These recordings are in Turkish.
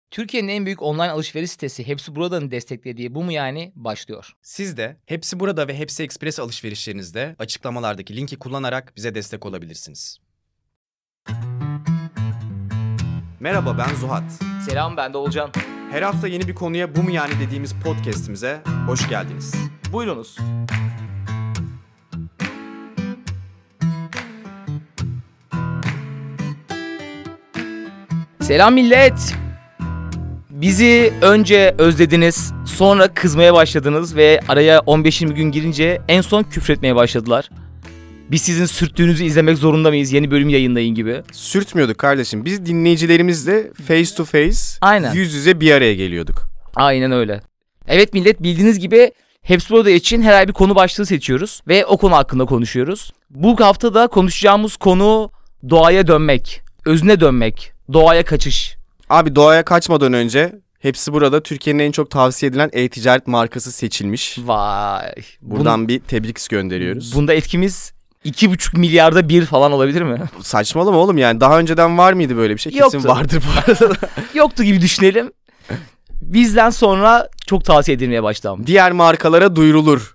Türkiye'nin en büyük online alışveriş sitesi Hepsi Burada'nın desteklediği Bu Mu Yani başlıyor. Siz de Hepsi Burada ve Hepsi Express alışverişlerinizde açıklamalardaki linki kullanarak bize destek olabilirsiniz. Merhaba, ben Zuhat. Selam, ben de Olcan. Her hafta yeni bir konuya Bu Mu Yani dediğimiz podcast'imize hoş geldiniz. Buyurunuz. Selam millet. Bizi önce özlediniz, sonra kızmaya başladınız ve araya 15-20 gün girince en son küfretmeye başladılar. Biz sizin sürttüğünüzü izlemek zorunda mıyız? Yeni bölüm yayınlayın gibi. Sürtmüyorduk kardeşim. Biz dinleyicilerimizle face to face, Aynen. yüz yüze bir araya geliyorduk. Aynen öyle. Evet millet, bildiğiniz gibi Hepsi Burada için her ay bir konu başlığı seçiyoruz ve o konu hakkında konuşuyoruz. Bu hafta da konuşacağımız konu doğaya dönmek, özüne dönmek, doğaya kaçış. Abi, doğaya kaçmadan önce Hepsi Burada Türkiye'nin en çok tavsiye edilen e-ticaret markası seçilmiş. Vay. Buradan bir tebrik gönderiyoruz. Bunda etkimiz 2,5 milyarda bir falan olabilir mi? Saçmalama oğlum, yani daha önceden var mıydı böyle bir şey? Yoktu. Kesin vardır bu arada. Yoktu gibi düşünelim. Bizden sonra çok tavsiye edilmeye başlandı. Diğer markalara duyurulur.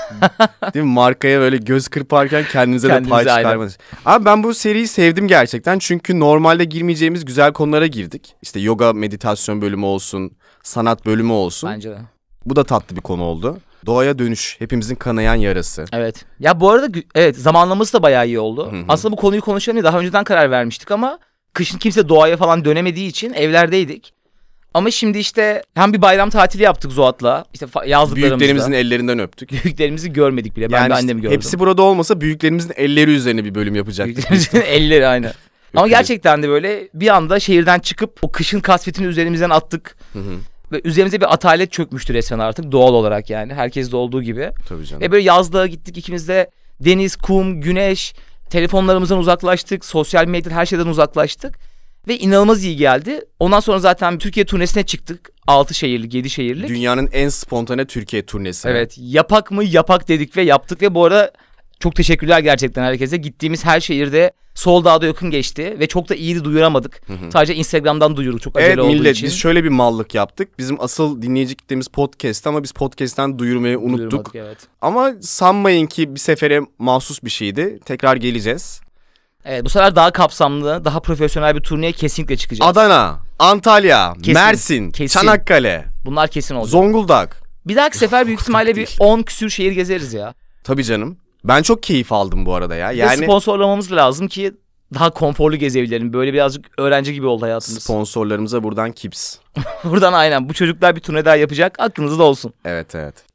Değil mi? Markaya böyle göz kırparken kendinize de pay çıkarmanız. Abi ben bu seriyi sevdim gerçekten. Çünkü normalde girmeyeceğimiz güzel konulara girdik. İşte yoga, meditasyon bölümü olsun, sanat bölümü olsun. Bence de. Bu da tatlı bir konu oldu. Doğaya dönüş, hepimizin kanayan yarası. Evet. Ya bu arada evet, zamanlaması da bayağı iyi oldu. Hı hı. Aslında bu konuyu konuşalım daha önceden karar vermiştik ama kışın kimse doğaya falan dönemediği için evlerdeydik. Ama şimdi işte hem bir bayram tatili yaptık Zuhat'la. İşte yazlıklarımızda. Büyüklerimizin ellerinden öptük. Büyüklerimizi görmedik bile. Ben yani de annemi gördüm. Hepsi Burada olmasa büyüklerimizin elleri üzerine bir bölüm yapacaktık. Büyüklerimizin elleri aynı. Ama gerçekten de böyle bir anda şehirden çıkıp o kışın kasvetini üzerimizden attık. Hı hı. Ve üzerimize bir atalet çökmüştü resmen artık, doğal olarak yani. Herkeste olduğu gibi. Tabii canım. Ve böyle yazlığa gittik ikimiz de. Deniz, kum, güneş, telefonlarımızdan uzaklaştık. Sosyal medyadan, her şeyden uzaklaştık. Ve inanılmaz iyi geldi. Ondan sonra zaten Türkiye turnesine çıktık. 6 şehirlik, 7 şehirlik. Dünyanın en spontane Türkiye turnesi. Evet. Yapak mı yapak dedik ve yaptık. Ve bu arada çok teşekkürler gerçekten herkese. Gittiğimiz her şehirde sold out'a yakın geçti. Ve çok da iyi de duyuramadık. Hı hı. Sadece Instagram'dan duyurduk, çok acele olduğu millet, için. biz şöyle bir mallık yaptık. Bizim asıl dinleyici kitlemiz podcast ama biz podcast'ten duyurmayı unuttuk. Evet. Ama sanmayın ki bir sefere mahsus bir şeydi. Tekrar geleceğiz. Evet, bu sefer daha kapsamlı, daha profesyonel bir turneye kesinlikle çıkacağız. Adana, Antalya, kesin, Mersin, kesin. Çanakkale. Bunlar kesin olacak. Zonguldak. Bir dahaki sefer büyük ihtimalle bir 10 küsür şehir gezeriz ya. Tabii canım. Ben çok keyif aldım bu arada ya. Yani sponsorlamamız lazım ki daha konforlu gezebilelim. Böyle birazcık öğrenci gibi oldu hayatımız. Sponsorlarımıza buradan kips. Buradan aynen. Bu çocuklar bir turne daha yapacak. Aklınızda olsun. Evet.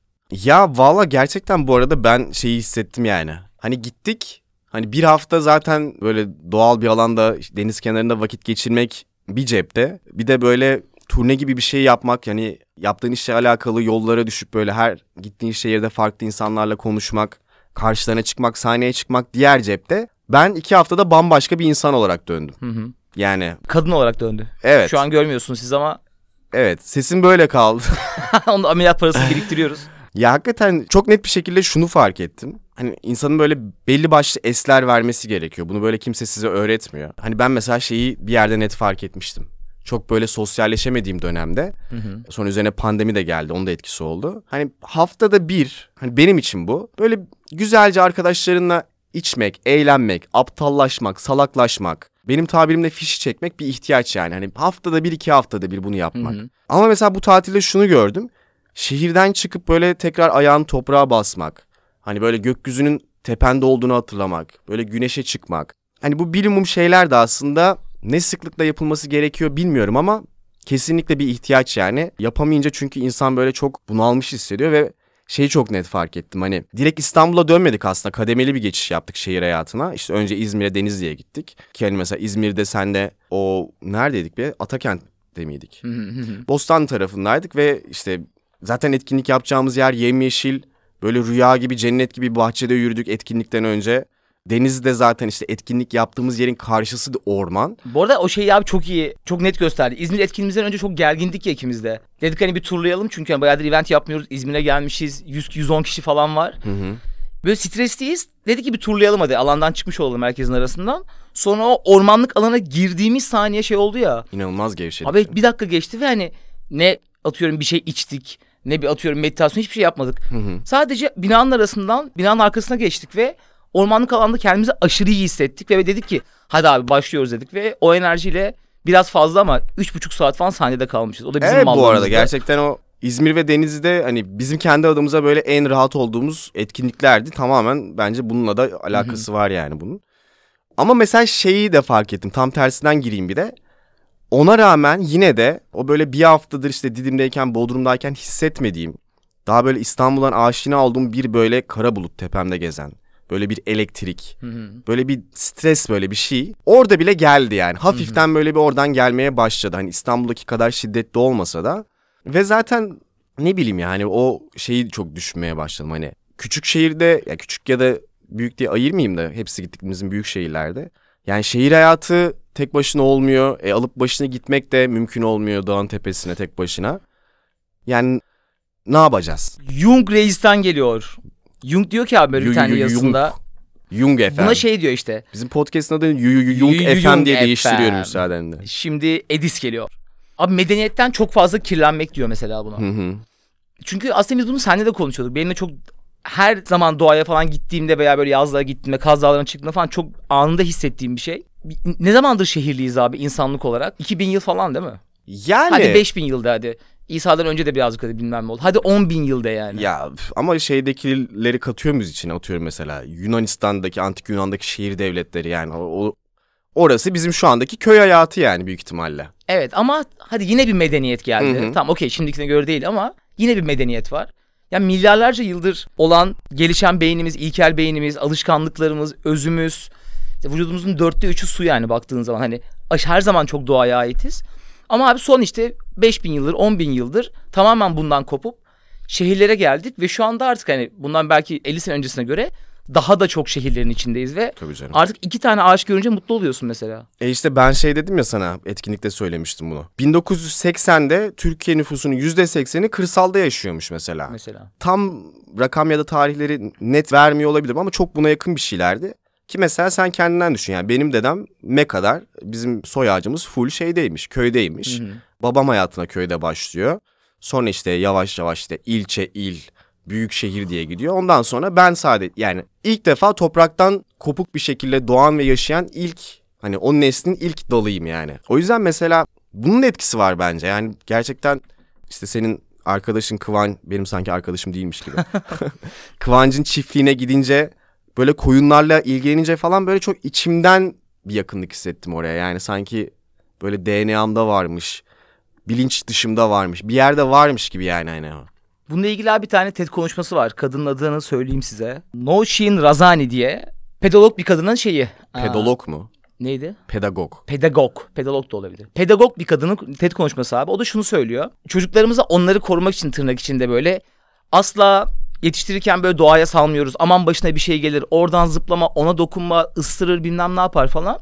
Ya valla gerçekten bu arada ben şeyi hissettim yani. Hani gittik. Hani bir hafta zaten böyle doğal bir alanda, deniz kenarında vakit geçirmek bir cepte. Bir de böyle turne gibi bir şey yapmak, yani yaptığın işle alakalı yollara düşüp böyle her gittiğin şehirde farklı insanlarla konuşmak, karşılarına çıkmak, sahneye çıkmak diğer cepte. Ben 2 haftada bambaşka bir insan olarak döndüm. Hı. Yani. Kadın olarak döndü. Evet. Şu an görmüyorsunuz siz ama. Evet, sesim böyle kaldı. Onun ameliyat parasını biriktiriyoruz. Ya hakikaten çok net bir şekilde şunu fark ettim. Hani insanın böyle belli başlı esler vermesi gerekiyor. Bunu böyle kimse size öğretmiyor. Hani ben mesela şeyi bir yerde net fark etmiştim. Çok böyle sosyalleşemediğim dönemde. Hı. Sonra üzerine pandemi de geldi. Onun da etkisi oldu. Hani haftada bir, hani benim için bu. Böyle güzelce arkadaşlarınla içmek, eğlenmek, aptallaşmak, salaklaşmak. Benim tabirimle fişi çekmek bir ihtiyaç yani. Hani haftada bir, 2 haftada bir bunu yapmak. Hı. Ama mesela bu tatilde şunu gördüm. Şehirden çıkıp böyle tekrar ayağını toprağa basmak. Hani böyle gökyüzünün tepende olduğunu hatırlamak. Böyle güneşe çıkmak. Hani bu bilimum şeyler de aslında ne sıklıkla yapılması gerekiyor bilmiyorum ama kesinlikle bir ihtiyaç yani. Yapamayınca çünkü insan böyle çok bunalmış hissediyor ve şeyi çok net fark ettim. Hani direkt İstanbul'a dönmedik aslında. Kademeli bir geçiş yaptık şehir hayatına. İşte önce İzmir'e, Denizli'ye gittik. Ki hani mesela İzmir'de sen de o neredeydik be? Atakent'te miydik? Bostan tarafındaydık ve işte zaten etkinlik yapacağımız yer yemyeşil. Böyle rüya gibi, cennet gibi bir bahçede yürüdük etkinlikten önce. Denizli'de zaten işte etkinlik yaptığımız yerin karşısı da orman. Bu arada o şeyi abi çok iyi, çok net gösterdi. İzmir etkinliğimizden önce çok gergindik ya ikimiz de. Dedik hani bir turlayalım çünkü bayağıdır event yapmıyoruz. İzmir'e gelmişiz, 100-110 kişi falan var. Hı. Böyle stresliyiz. Dedi ki bir turlayalım hadi. Alandan çıkmış olalım herkesin arasından. Sonra o ormanlık alana girdiğimiz saniye şey oldu ya. İnanılmaz gevşedik. Abi bir dakika geçti ve hani ne atıyorum bir şey içtik. Ne bir atıyorum meditasyon, hiçbir şey yapmadık. Sadece binanın arasından binanın arkasına geçtik ve ormanlık alanda kendimizi aşırı iyi hissettik. Ve dedik ki hadi abi başlıyoruz dedik. Ve o enerjiyle biraz fazla ama 3,5 saat falan sahnede kalmışız. O da bizim bu arada gerçekten o İzmir ve Denizli'de hani bizim kendi adımıza böyle en rahat olduğumuz etkinliklerdi. Tamamen bence bununla da alakası var yani bunun. Ama mesela şeyi de fark ettim. Tam tersinden gireyim bir de. Ona rağmen yine de o böyle bir haftadır işte Didim'deyken, Bodrum'dayken hissetmediğim, daha böyle İstanbul'dan aşina olduğum bir böyle kara bulut tepemde gezen, böyle bir elektrik, böyle bir stres, böyle bir şey. Orada bile geldi yani. Hafiften böyle bir oradan gelmeye başladı. Hani İstanbul'daki kadar şiddetli olmasa da. Ve zaten ne bileyim yani o şeyi çok düşünmeye başladım. Hani küçük şehirde, ya küçük ya da büyük diye ayırmayayım da hepsi gittiğimizin büyük şehirlerde. Yani şehir hayatı tek başına olmuyor. Alıp başına gitmek de mümkün olmuyor dağın tepesine tek başına. Yani ne yapacağız? Jung reisten geliyor. Jung diyor ki abi böyle bir tane yazısında. Jung FM. Buna şey diyor işte. Bizim podcast'ın adını Jung FM diye değiştiriyorum müsaadenle. Şimdi Edis geliyor. Abi medeniyetten çok fazla kirlenmek diyor mesela buna. Çünkü aslında biz bunu seninle de konuşuyorduk. Benimle çok her zaman doğaya falan gittiğimde veya böyle yazlığa gittiğimde, Kaz Dağları'na çıktığımda falan çok anında hissettiğim bir şey. Ne zamandır şehirliyiz abi insanlık olarak? 2000 yıl falan değil mi? Yani. Hadi 5000 yılda hadi. İsa'dan önce de birazcık hadi bilmem ne oldu. Hadi 10.000 yılda yani. Ya ama şeydekileri katıyor muyuz içine, atıyorum mesela. Yunanistan'daki, antik Yunan'daki şehir devletleri yani. Orası bizim şu andaki köy hayatı yani büyük ihtimalle. Evet ama hadi yine bir medeniyet geldi. Tamam okey, şimdikine göre değil ama yine bir medeniyet var. Yani milyarlarca yıldır olan gelişen beynimiz, ilkel beynimiz, alışkanlıklarımız, özümüz, işte vücudumuzun 3/4'ü su yani baktığın zaman hani her zaman çok doğaya aitiz. Ama abi son işte 5000 yıldır, 10.000 yıldır tamamen bundan kopup şehirlere geldik ve şu anda artık hani bundan belki 50 sene öncesine göre daha da çok şehirlerin içindeyiz ve artık 2 tane ağaç görünce mutlu oluyorsun mesela. İşte ben şey dedim ya sana, etkinlikte söylemiştim bunu. 1980'de Türkiye nüfusunun %80'i kırsalda yaşıyormuş mesela. Tam rakam ya da tarihleri net vermiyor olabilirim ama çok buna yakın bir şeylerdi. Ki mesela sen kendinden düşün yani benim dedem kadar bizim soy ağacımız full şeydeymiş, köydeymiş. Babam hayatına köyde başlıyor. Sonra işte yavaş yavaş işte ilçe, il, büyük şehir diye gidiyor. Ondan sonra ben yani ilk defa topraktan kopuk bir şekilde doğan ve yaşayan ilk, hani o neslin ilk dalıyım yani. O yüzden mesela bunun etkisi var bence. Yani gerçekten işte senin arkadaşın Kıvanç, benim sanki arkadaşım değilmiş gibi. Kıvanç'ın çiftliğine gidince, böyle koyunlarla ilgilenince falan böyle çok içimden bir yakınlık hissettim oraya. Yani sanki böyle DNA'mda varmış, bilinç dışımda varmış, bir yerde varmış gibi yani hani o. Bununla ilgili bir tane TED konuşması var. Kadının adını söyleyeyim size. Nooshin Razani diye. Pedagog bir kadının şeyi. Pedolog mu? Neydi? Pedagog. Pedagog da olabilir. Pedagog bir kadının TED konuşması abi. O da şunu söylüyor. Çocuklarımıza onları korumak için tırnak içinde böyle asla yetiştirirken böyle doğaya salmıyoruz. Aman başına bir şey gelir. Oradan zıplama, ona dokunma, ısırır bilmem ne yapar falan.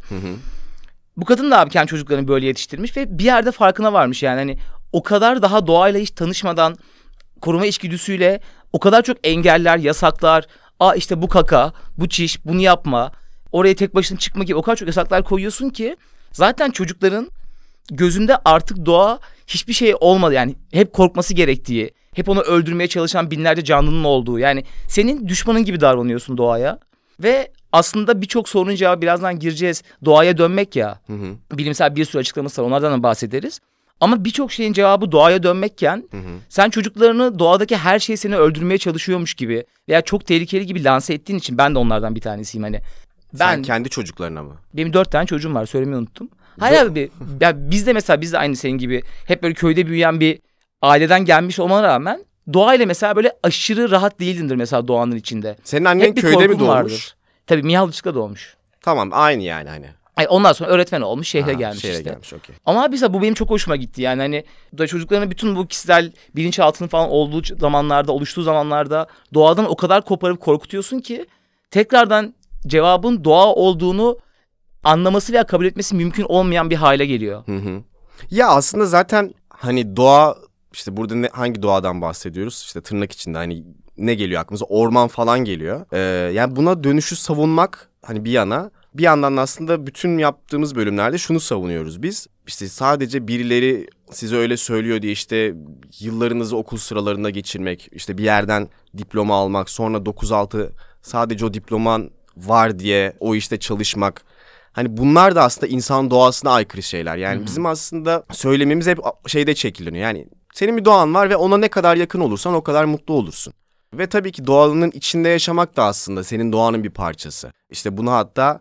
Bu kadın da abi kendi çocuklarını böyle yetiştirmiş ve bir yerde farkına varmış yani. Hani o kadar daha doğayla hiç tanışmadan koruma içgüdüsüyle o kadar çok engeller, yasaklar, işte bu kaka, bu çiş, bunu yapma, oraya tek başına çıkma gibi o kadar çok yasaklar koyuyorsun ki zaten çocukların gözünde artık doğa hiçbir şey olmadı yani hep korkması gerektiği, hep onu öldürmeye çalışan binlerce canlının olduğu, yani senin düşmanın gibi davranıyorsun doğaya ve aslında birçok sorunun cevabı birazdan gireceğiz, doğaya dönmek ya. Bilimsel bir sürü açıklaması var, onlardan da bahsederiz. Ama birçok şeyin cevabı doğaya dönmekken sen çocuklarını doğadaki her şey seni öldürmeye çalışıyormuş gibi veya çok tehlikeli gibi lanse ettiğin için ben de onlardan bir tanesiyim hani. Sen kendi çocuklarına mı? Benim 4 tane çocuğum var, söylemeyi unuttum. Hayır abi ya biz de aynı senin gibi hep böyle köyde büyüyen bir aileden gelmiş olmana rağmen doğayla mesela böyle aşırı rahat değildindir mesela doğanın içinde. Senin annen köyde mi doğmuş? Vardır. Tabii Mihallıç'ta doğmuş. Tamam, aynı yani hani. Ondan sonra öğretmen olmuş, şehre gelmiş şehre işte. Gelmiş, okay. Ama mesela bu benim çok hoşuma gitti yani hani çocukların bütün bu kişisel bilinçaltının falan olduğu zamanlarda, oluştuğu zamanlarda doğadan o kadar koparıp korkutuyorsun ki tekrardan cevabın doğa olduğunu anlaması veya kabul etmesi mümkün olmayan bir hale geliyor. Ya aslında zaten hani doğa, işte burada hangi doğadan bahsediyoruz? İşte tırnak içinde hani ne geliyor aklımıza? Orman falan geliyor. Yani buna dönüşü savunmak hani bir yana, bir yandan aslında bütün yaptığımız bölümlerde şunu savunuyoruz biz. İşte sadece birileri size öyle söylüyor diye işte yıllarınızı okul sıralarında geçirmek, işte bir yerden diploma almak, sonra 9-6 sadece o diploman var diye o işte çalışmak. Hani bunlar da aslında insan doğasına aykırı şeyler. Yani bizim aslında söylememiz hep şeyde çekiliniyor. Yani senin bir doğan var ve ona ne kadar yakın olursan o kadar mutlu olursun. Ve tabii ki doğanın içinde yaşamak da aslında senin doğanın bir parçası. İşte buna hatta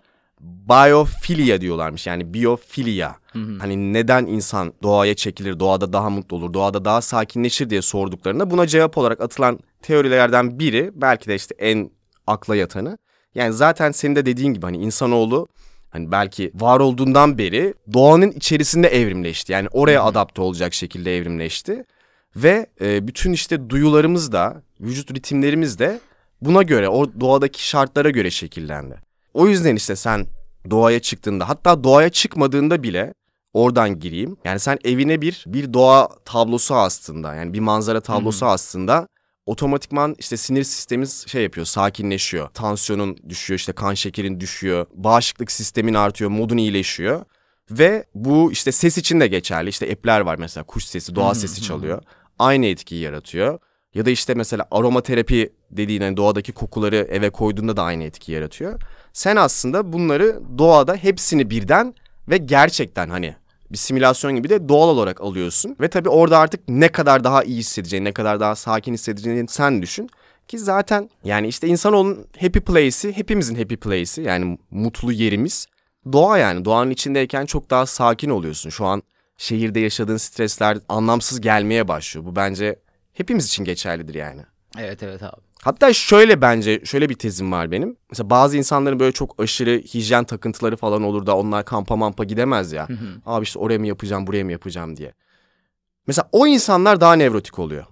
biophilia diyorlarmış, yani biofilia. Hani neden insan doğaya çekilir, doğada daha mutlu olur, doğada daha sakinleşir diye sorduklarında buna cevap olarak atılan teorilerden biri, belki de işte en akla yatanı. Yani zaten senin de dediğin gibi hani insanoğlu hani belki var olduğundan beri doğanın içerisinde evrimleşti. Yani oraya adapte olacak şekilde evrimleşti. Ve bütün işte duyularımız da, vücut ritimlerimiz de buna göre, o doğadaki şartlara göre şekillendi. O yüzden işte sen doğaya çıktığında, hatta doğaya çıkmadığında bile, oradan gireyim. Yani sen evine bir doğa tablosu aslında, yani bir manzara tablosu aslında, otomatikman işte sinir sistemimiz şey yapıyor, sakinleşiyor. Tansiyonun düşüyor, işte kan şekerin düşüyor, bağışıklık sistemin artıyor, modun iyileşiyor. Ve bu işte ses için de geçerli. İşte app'ler var mesela, kuş sesi, doğa sesi çalıyor. Aynı etkiyi yaratıyor. Ya da işte mesela aromaterapi dediğin hani doğadaki kokuları eve koyduğunda da aynı etkiyi yaratıyor. Sen aslında bunları doğada hepsini birden ve gerçekten hani bir simülasyon gibi de doğal olarak alıyorsun. Ve tabii orada artık ne kadar daha iyi hissedeceğini, ne kadar daha sakin hissedeceğini sen düşün. Ki zaten yani işte insanoğlunun happy place'i, hepimizin happy place'i, yani mutlu yerimiz doğa yani. Doğanın içindeyken çok daha sakin oluyorsun. Şu an şehirde yaşadığın stresler anlamsız gelmeye başlıyor. Bu bence hepimiz için geçerlidir yani. Evet evet abi. Hatta şöyle bir tezim var benim. Mesela bazı insanların böyle çok aşırı hijyen takıntıları falan olur da onlar kampa mampa gidemez ya. Abi işte oraya mı yapacağım, buraya mı yapacağım diye. Mesela o insanlar daha nevrotik oluyor.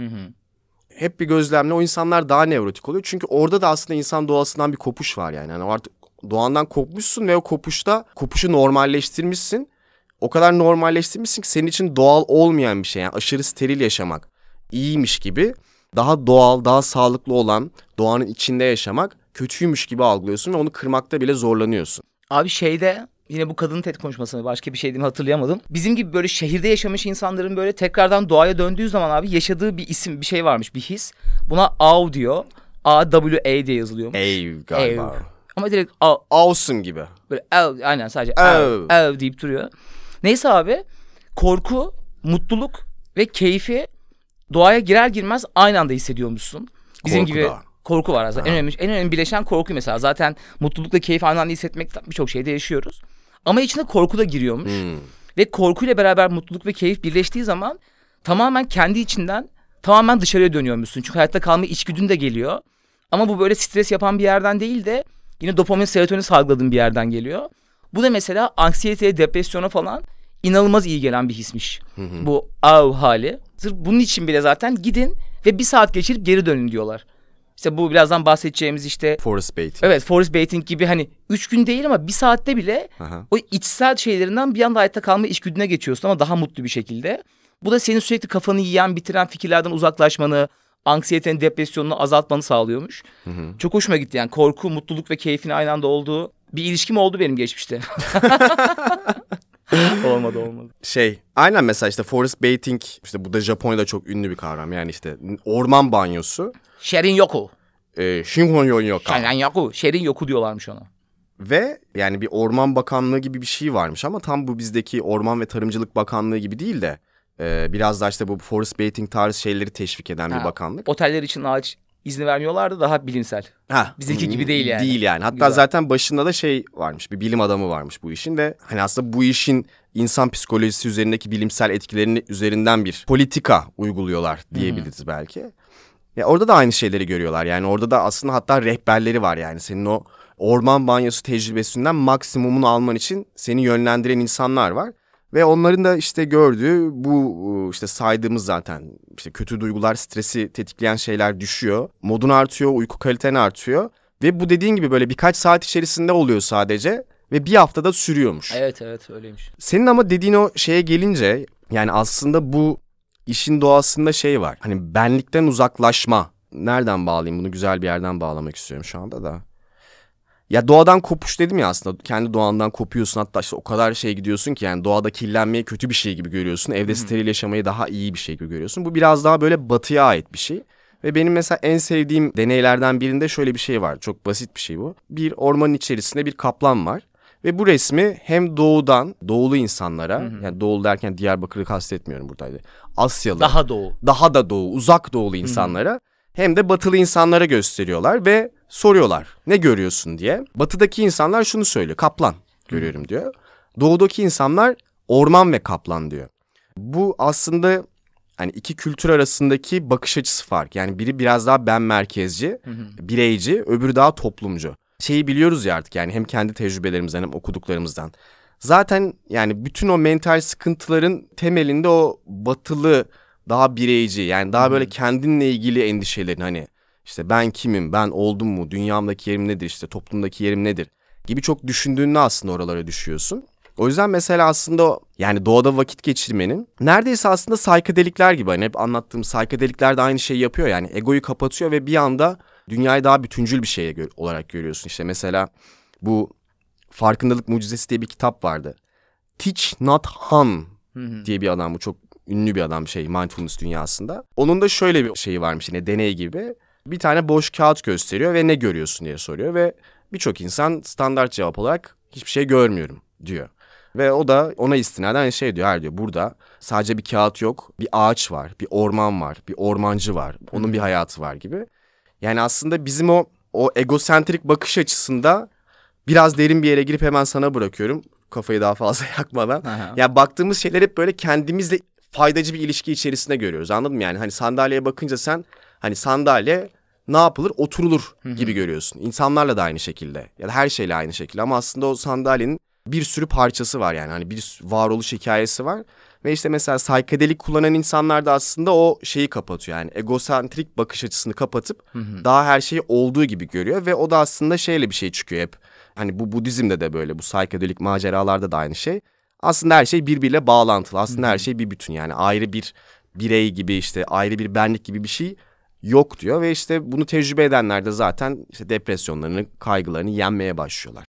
Hep bir gözlemle o insanlar daha nevrotik oluyor. Çünkü orada da aslında insan doğasından bir kopuş var yani. Yani artık doğandan kopmuşsun ve o kopuşu normalleştirmişsin. O kadar normalleştirmişsin ki senin için doğal olmayan bir şey. Yani aşırı steril yaşamak iyiymiş gibi, daha doğal, daha sağlıklı olan doğanın içinde yaşamak kötüymüş gibi algılıyorsun ve onu kırmakta bile zorlanıyorsun. Abi şeyde yine bu kadının TED konuşmasını, başka bir şey dediğimi hatırlayamadım. Bizim gibi böyle şehirde yaşamış insanların böyle tekrardan doğaya döndüğü zaman abi yaşadığı bir isim, bir şey varmış, bir his. Buna AW diyor. AWA diye yazılıyormuş. Galiba. Ama direkt Awesome gibi. Böyle aynen sadece deyip duruyor. Neyse abi, korku, mutluluk ve keyfi doğaya girer girmez aynı anda hissediyormuşsun. Bizim Korku gibi da. korku var aslında. En önemli bileşen korku mesela. Zaten mutlulukla keyfi aynı anda hissetmek birçok şeyde yaşıyoruz. Ama içine korku da giriyormuş. Ve korkuyla beraber mutluluk ve keyif birleştiği zaman tamamen kendi içinden tamamen dışarıya dönüyormuşsun. Çünkü hayatta kalma içgüdün de geliyor. Ama bu böyle stres yapan bir yerden değil de yine dopamin, serotonin salgıladığın bir yerden geliyor. Bu da mesela anksiyeteye, depresyona falan inanılmaz iyi gelen bir hismiş. Bu hali. Sırf bunun için bile zaten gidin ve 1 saat geçirip geri dönün diyorlar. İşte bu birazdan bahsedeceğimiz işte... Forest baiting. Evet, forest baiting gibi hani 3 gün değil ama 1 saatte bile o içsel şeylerinden bir anda hayatta kalma içgüdüne geçiyorsun ama daha mutlu bir şekilde. Bu da senin sürekli kafanı yiyen, bitiren fikirlerden uzaklaşmanı, anksiyetenin, depresyonunu azaltmanı sağlıyormuş. Çok hoşuma gitti yani, korku, mutluluk ve keyfin aynı anda olduğu bir ilişkim oldu benim geçmişte. Olmadı. Aynen, mesela işte forest baiting, işte bu da Japonya'da çok ünlü bir kavram. Yani işte orman banyosu. Sherin yoku. Shinhonyoka. Sherin yoku diyorlarmış ona. Ve yani bir orman bakanlığı gibi bir şey varmış ama tam bu bizdeki Orman ve Tarımcılık Bakanlığı gibi değil de biraz daha işte bu forest baiting tarzı şeyleri teşvik eden bir bakanlık. Oteller için ağaç izni vermiyorlardı, daha bilimsel. Bizimki gibi değil yani. Değil yani. Hatta güzel. Zaten başında da şey varmış, bir bilim adamı varmış bu işin ve hani aslında bu işin insan psikolojisi üzerindeki bilimsel etkilerini üzerinden bir politika uyguluyorlar diyebiliriz belki. Ya orada da aynı şeyleri görüyorlar. Yani orada da aslında hatta rehberleri var yani. Senin o orman banyosu tecrübesinden maksimumunu alman için seni yönlendiren insanlar var. Ve onların da işte gördüğü bu işte saydığımız zaten işte kötü duygular, stresi tetikleyen şeyler düşüyor. Modun artıyor, uyku kaliten artıyor. Ve bu dediğin gibi böyle birkaç saat içerisinde oluyor sadece ve bir haftada sürüyormuş. Evet öyleymiş. Senin ama dediğin o şeye gelince yani aslında bu işin doğasında şey var. Hani benlikten uzaklaşma nereden bağlayayım? Bunu güzel bir yerden bağlamak istiyorum şu anda da. Ya doğadan kopuş dedim ya aslında. Kendi doğandan kopuyorsun, hatta işte o kadar şey gidiyorsun ki yani doğada kirlenmeyi kötü bir şey gibi görüyorsun. Evde steril yaşamayı daha iyi bir şey gibi görüyorsun. Bu biraz daha böyle batıya ait bir şey. Ve benim mesela en sevdiğim deneylerden birinde şöyle bir şey var. Çok basit bir şey bu. Bir ormanın içerisinde bir kaplan var. Ve bu resmi hem doğudan, doğulu insanlara, yani doğulu derken Diyarbakır'ı kastetmiyorum buradaydı. Asyalı, daha da doğu, uzak doğulu insanlara hem de batılı insanlara gösteriyorlar ve soruyorlar ne görüyorsun diye. Batıdaki insanlar şunu söylüyor, kaplan görüyorum diyor. Doğudaki insanlar orman ve kaplan diyor. Bu aslında hani iki kültür arasındaki bakış açısı fark. Yani biri biraz daha ben merkezci, bireyci, öbürü daha toplumcu. Şeyi biliyoruz ya artık, yani hem kendi tecrübelerimizden hem okuduklarımızdan. Zaten yani bütün o mental sıkıntıların temelinde o batılı, daha bireyci, yani daha böyle kendinle ilgili endişelerin, hani işte ben kimim, ben oldum mu, dünyamdaki yerim nedir, işte toplumdaki yerim nedir gibi çok düşündüğünde aslında oralara düşüyorsun. O yüzden mesela aslında yani doğada vakit geçirmenin neredeyse aslında saykadelikler gibi, hani hep anlattığım saykadelikler de aynı şeyi yapıyor, yani egoyu kapatıyor ve bir anda dünyayı daha bütüncül bir şey olarak görüyorsun. İşte mesela bu Farkındalık Mucizesi diye bir kitap vardı. Thich Nhat Hanh diye bir adam, bu çok ünlü bir adam mindfulness dünyasında. Onun da şöyle bir şeyi varmış, yine deney gibi. Bir tane boş kağıt gösteriyor ve ne görüyorsun diye soruyor ve birçok insan standart cevap olarak hiçbir şey görmüyorum diyor. Ve o da ona istinaden şey diyor, hayır diyor, burada sadece bir kağıt yok, bir ağaç var, bir orman var, bir ormancı var, onun bir hayatı var gibi. Yani aslında bizim o egosentrik bakış açısında biraz derin bir yere girip hemen sana bırakıyorum, kafayı daha fazla yakmadan. Yani baktığımız şeyler hep böyle kendimizle faydacı bir ilişki içerisinde görüyoruz, anladın mı? Yani hani sandalyeye bakınca sen hani sandalye ne yapılır, oturulur gibi görüyorsun. İnsanlarla da aynı şekilde ya da her şeyle aynı şekilde, ama aslında o sandalyenin bir sürü parçası var, yani hani bir varoluş hikayesi var. Ve işte mesela saykadelik kullanan insanlar da aslında o şeyi kapatıyor, yani egosentrik bakış açısını kapatıp daha her şeyi olduğu gibi görüyor. Ve o da aslında şeyle bir şey çıkıyor hep. Hani bu Budizm'de de böyle, bu saykadelik maceralarda da aynı şey. Aslında her şey birbiriyle bağlantılı, aslında her şey bir bütün, yani ayrı bir birey gibi, işte ayrı bir benlik gibi bir şey yok diyor. Ve işte bunu tecrübe edenler de zaten işte depresyonlarını, kaygılarını yenmeye başlıyorlar.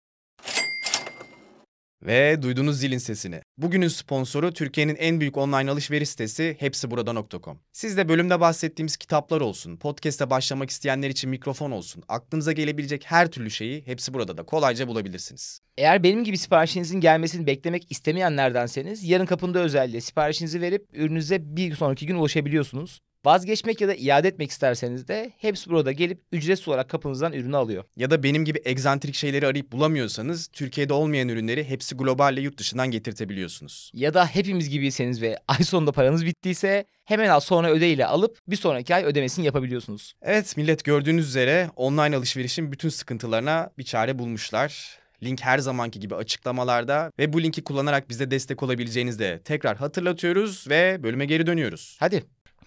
Ve duydunuz zilin sesini. Bugünün sponsoru Türkiye'nin en büyük online alışveriş sitesi hepsiburada.com. Siz de bölümde bahsettiğimiz kitaplar olsun, podcast'e başlamak isteyenler için mikrofon olsun, aklınıza gelebilecek her türlü şeyi Hepsi Burada da kolayca bulabilirsiniz. Eğer benim gibi siparişinizin gelmesini beklemek istemeyenlerdenseniz yarın kapında özelliğe siparişinizi verip ürününüze bir sonraki gün ulaşabiliyorsunuz. Vazgeçmek ya da iade etmek isterseniz de Hepsi Burada gelip ücretsiz olarak kapınızdan ürünü alıyor. Ya da benim gibi egzantrik şeyleri arayıp bulamıyorsanız Türkiye'de olmayan ürünleri Hepsi Global'le yurt dışından getirtebiliyorsunuz. Ya da hepimiz gibiyseniz ve ay sonunda paranız bittiyse hemen al sonra ödeyle alıp bir sonraki ay ödemesini yapabiliyorsunuz. Evet millet, gördüğünüz üzere online alışverişin bütün sıkıntılarına bir çare bulmuşlar. Link her zamanki gibi açıklamalarda ve bu linki kullanarak bize destek olabileceğinizi de tekrar hatırlatıyoruz ve bölüme geri dönüyoruz. Hadi.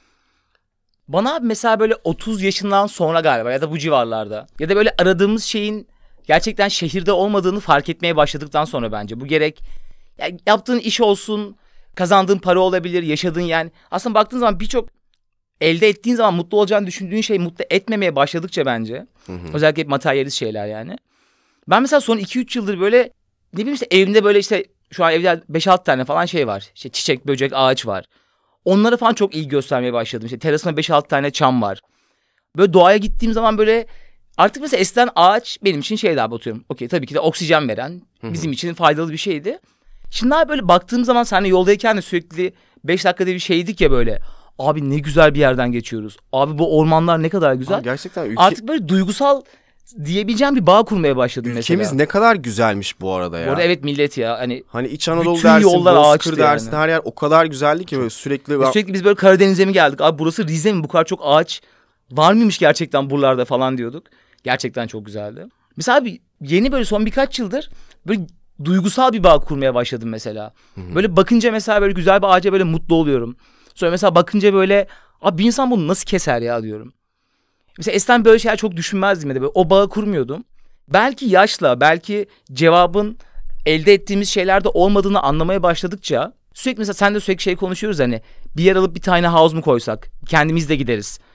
Bana mesela böyle 30 yaşından sonra galiba ya da bu civarlarda ya da böyle aradığımız şeyin gerçekten şehirde olmadığını fark etmeye başladıktan sonra bence bu gerek yani yaptığın iş olsun, kazandığın para olabilir, yaşadığın, yani aslında baktığın zaman birçok elde ettiğin zaman mutlu olacağını düşündüğün şey mutlu etmemeye başladıkça bence özellikle materyalist şeyler yani. Ben mesela son 2-3 yıldır böyle ne bileyim işte evimde böyle işte şu an evde 5-6 tane falan şey var. İşte çiçek, böcek, ağaç var. Onlara falan çok ilgi göstermeye başladım. İşte terasımda 5-6 tane çam var. Böyle doğaya gittiğim zaman böyle artık mesela eskiden ağaç benim için şeydi abi, atıyorum. Okey, tabii ki de oksijen veren, bizim için faydalı bir şeydi. Şimdi abi böyle baktığım zaman seninle yoldayken de sürekli 5 dakikada bir şeydik ya böyle. Abi ne güzel bir yerden geçiyoruz. Abi bu ormanlar ne kadar güzel. Abi gerçekten artık böyle duygusal diyebileceğim bir bağ kurmaya başladım mesela. Ülkemiz ne kadar güzelmiş bu arada ya. Bu arada evet millet ya hani İç Anadolu bütün dersin, yollar Bozkır ağaçtı dersin, yani. her yer o kadar güzeldi ki böyle sürekli... Sürekli biz böyle Karadeniz'e mi geldik? Abi burası Rize mi? Bu kadar çok ağaç var mıymış gerçekten buralarda falan diyorduk. Gerçekten çok güzeldi. Mesela abi yeni böyle son birkaç yıldır böyle duygusal bir bağ kurmaya başladım mesela. Böyle bakınca mesela böyle güzel bir ağaca böyle mutlu oluyorum. Sonra mesela bakınca böyle abi bir insan bunu nasıl keser ya diyorum. Mesela eskiden böyle şeyler çok düşünmezdim ya da böyle o bağı kurmuyordum. Belki yaşla, belki cevabın elde ettiğimiz şeylerde olmadığını anlamaya başladıkça sürekli mesela sen de sürekli şey konuşuyoruz hani bir yer alıp bir tane house mu koysak, kendimiz de gideriz.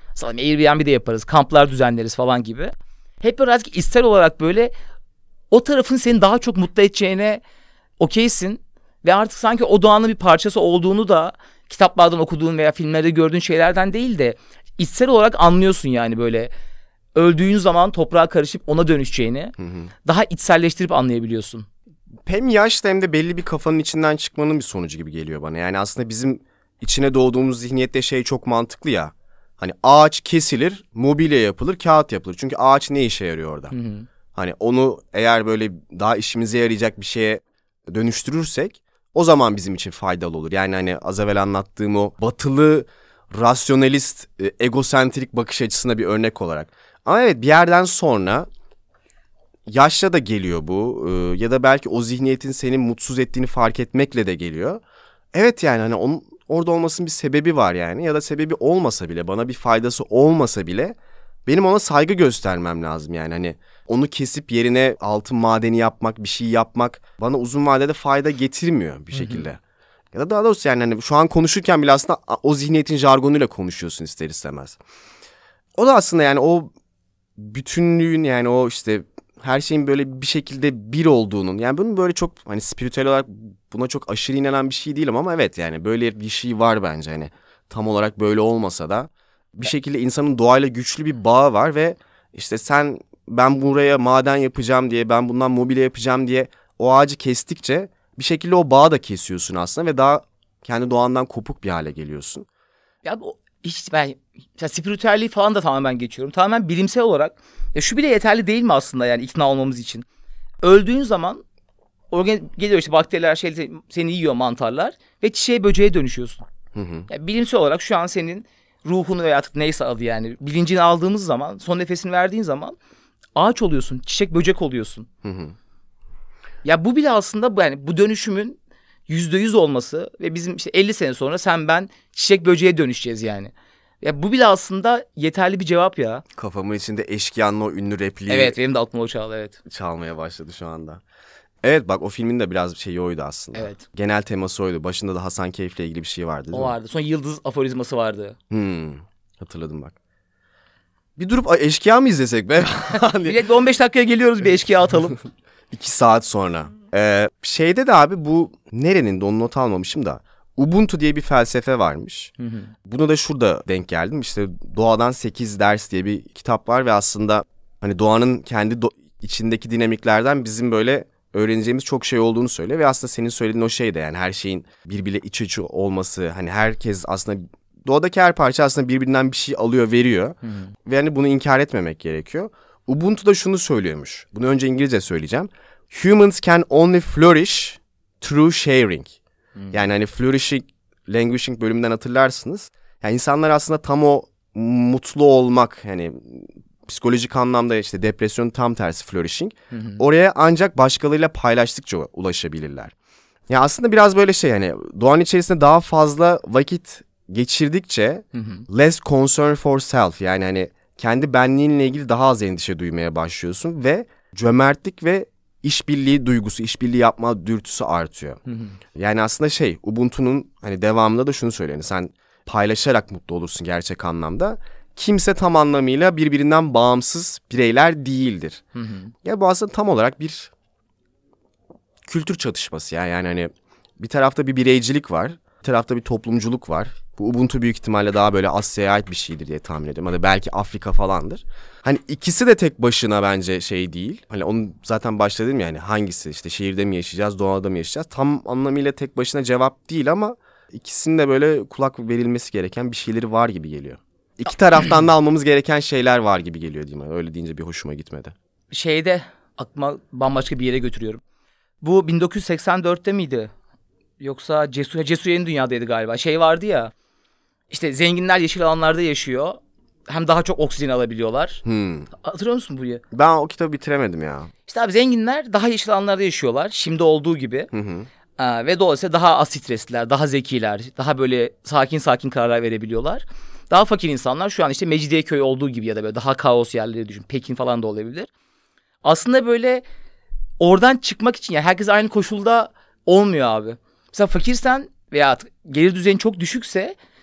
Sanırım Airbnb'de yaparız. Kamplar düzenleriz falan gibi. Hep birazcık içsel olarak böyle o tarafın seni daha çok mutlu edeceğine okeysin. Ve artık sanki o doğanın bir parçası olduğunu da kitaplardan okuduğun veya filmlerde gördüğün şeylerden değil de içsel olarak anlıyorsun yani böyle. Öldüğün zaman toprağa karışıp ona dönüşeceğini daha içselleştirip anlayabiliyorsun. Hem yaşta hem de belli bir kafanın içinden çıkmanın bir sonucu gibi geliyor bana. Yani aslında bizim içine doğduğumuz zihniyette şey çok mantıklı ya. Hani ağaç kesilir, mobilya yapılır, kağıt yapılır. Çünkü ağaç ne işe yarıyor orada? Hani onu eğer böyle daha işimize yarayacak bir şeye dönüştürürsek o zaman bizim için faydalı olur. Yani hani az evvel anlattığım o batılı, rasyonalist, egosentrik bakış açısına bir örnek olarak. Ama evet bir yerden sonra yaşla da geliyor bu ya da belki o zihniyetin seni mutsuz ettiğini fark etmekle de geliyor. Evet yani hani onun orada olmasının bir sebebi var yani ya da sebebi olmasa bile bana bir faydası olmasa bile benim ona saygı göstermem lazım yani hani onu kesip yerine altın madeni yapmak bir şey yapmak bana uzun vadede fayda getirmiyor bir şekilde. Ya da daha doğrusu yani hani şu an konuşurken bile aslında o zihniyetin jargonuyla konuşuyorsun ister istemez. O da aslında yani o bütünlüğün yani o işte her şeyin böyle bir şekilde bir olduğunun yani bunun böyle çok hani spiritüel olarak buna çok aşırı inanan bir şey değilim ama evet yani böyle bir şey var bence hani tam olarak böyle olmasa da bir şekilde insanın doğayla güçlü bir bağı var ve işte ben buraya maden yapacağım diye ben bundan mobilya yapacağım diye o ağacı kestikçe bir şekilde o bağı da kesiyorsun aslında ve daha kendi doğandan kopuk bir hale geliyorsun. Ya ben spiritüelliği falan da tamamen geçiyorum. Tamamen bilimsel olarak ya şu bile yeterli değil mi aslında yani ikna olmamız için? Öldüğün zaman geliyor işte bakteriler seni yiyor mantarlar ve çiçeğe böceğe dönüşüyorsun. Yani bilimsel olarak şu an senin ruhunu veya artık neyse adı yani bilincini aldığımız zaman son nefesini verdiğin zaman ağaç oluyorsun, çiçek böcek oluyorsun. Ya bu bile aslında yani bu dönüşümün %100 olması ve bizim işte 50 sene sonra sen ben çiçek böceğe dönüşeceğiz yani. Ya bu bile aslında yeterli bir cevap ya. Kafamın içinde Eşkıya'nın o ünlü repliği Evet benim de aklıma o çaldı evet. Çalmaya başladı şu anda. Evet bak o filmin de biraz şeyi oydu aslında. Evet. Genel teması oydu. Başında da Hasan Keyf'le ilgili bir şey vardı değil O mi? vardı. Sonra yıldız aforizması vardı. Hatırladım bak. Bir durup Eşkıya mı izlesek be? Bir 15 dakikaya geliyoruz bir eşkıya atalım. 2 saat sonra. Şeyde de abi bu nerenin de onu not almamışım da. Ubuntu diye bir felsefe varmış. Bunu da şurada denk geldim. İşte Doğadan 8 Ders diye bir kitap var ve aslında hani doğanın kendi içindeki dinamiklerden bizim böyle öğreneceğimiz çok şey olduğunu söylüyor. Ve aslında senin söylediğin o şey de yani her şeyin birbiriyle iç içe olması. Hani herkes aslında doğadaki her parça aslında birbirinden bir şey alıyor veriyor. Ve hani bunu inkar etmemek gerekiyor. Ubuntu da şunu söylüyormuş. Bunu önce İngilizce söyleyeceğim. Humans can only flourish through sharing. Yani hani flourishing, languishing bölümünden hatırlarsınız. Yani insanlar aslında tam o mutlu olmak hani psikolojik anlamda işte depresyonun tam tersi flourishing. Oraya ancak başkalarıyla paylaştıkça ulaşabilirler. Ya aslında biraz böyle şey hani doğanın içerisinde daha fazla vakit geçirdikçe less concern for self yani hani kendi benliğinle ilgili daha az endişe duymaya başlıyorsun ve cömertlik ve işbirliği duygusu, işbirliği yapma dürtüsü artıyor. Yani aslında Ubuntu'nun hani devamında da şunu söylüyor. Yani sen paylaşarak mutlu olursun gerçek anlamda. Kimse tam anlamıyla birbirinden bağımsız bireyler değildir. Ya bu aslında tam olarak bir kültür çatışması ya. Yani hani bir tarafta bir bireycilik var, bir tarafta bir toplumculuk var. Bu Ubuntu büyük ihtimalle daha böyle Asya'ya ait bir şeydir diye tahmin ediyorum. Hani belki Afrika falandır. Hani ikisi de tek başına bence şey değil. Hani onun zaten başta dedim ya hani hangisi işte şehirde mi yaşayacağız, doğada mı yaşayacağız? Tam anlamıyla tek başına cevap değil ama ikisinin de böyle kulak verilmesi gereken bir şeyleri var gibi geliyor. İki taraftan da almamız gereken şeyler var gibi geliyor diyeyim. Öyle deyince bir hoşuma gitmedi. Aklıma bambaşka bir yere götürüyorum. Bu 1984'te miydi? Yoksa Cesur Yeni Dünya'daydı galiba. Vardı ya. İşte zenginler yeşil alanlarda yaşıyor. Hem daha çok oksijen alabiliyorlar. Hatırlıyor musun burayı? Ben o kitabı bitiremedim ya. İşte abi zenginler daha yeşil alanlarda yaşıyorlar. Şimdi olduğu gibi. Ve dolayısıyla daha az stresliler, daha zekiler, daha böyle sakin kararlar verebiliyorlar. Daha fakir insanlar şu an işte Mecidiyeköy olduğu gibi ya da böyle daha kaos yerleri düşün. Pekin falan da olabilir. Aslında böyle oradan çıkmak için yani herkes aynı koşulda olmuyor abi. Mesela fakirsen veya gelir düzeyin çok düşükse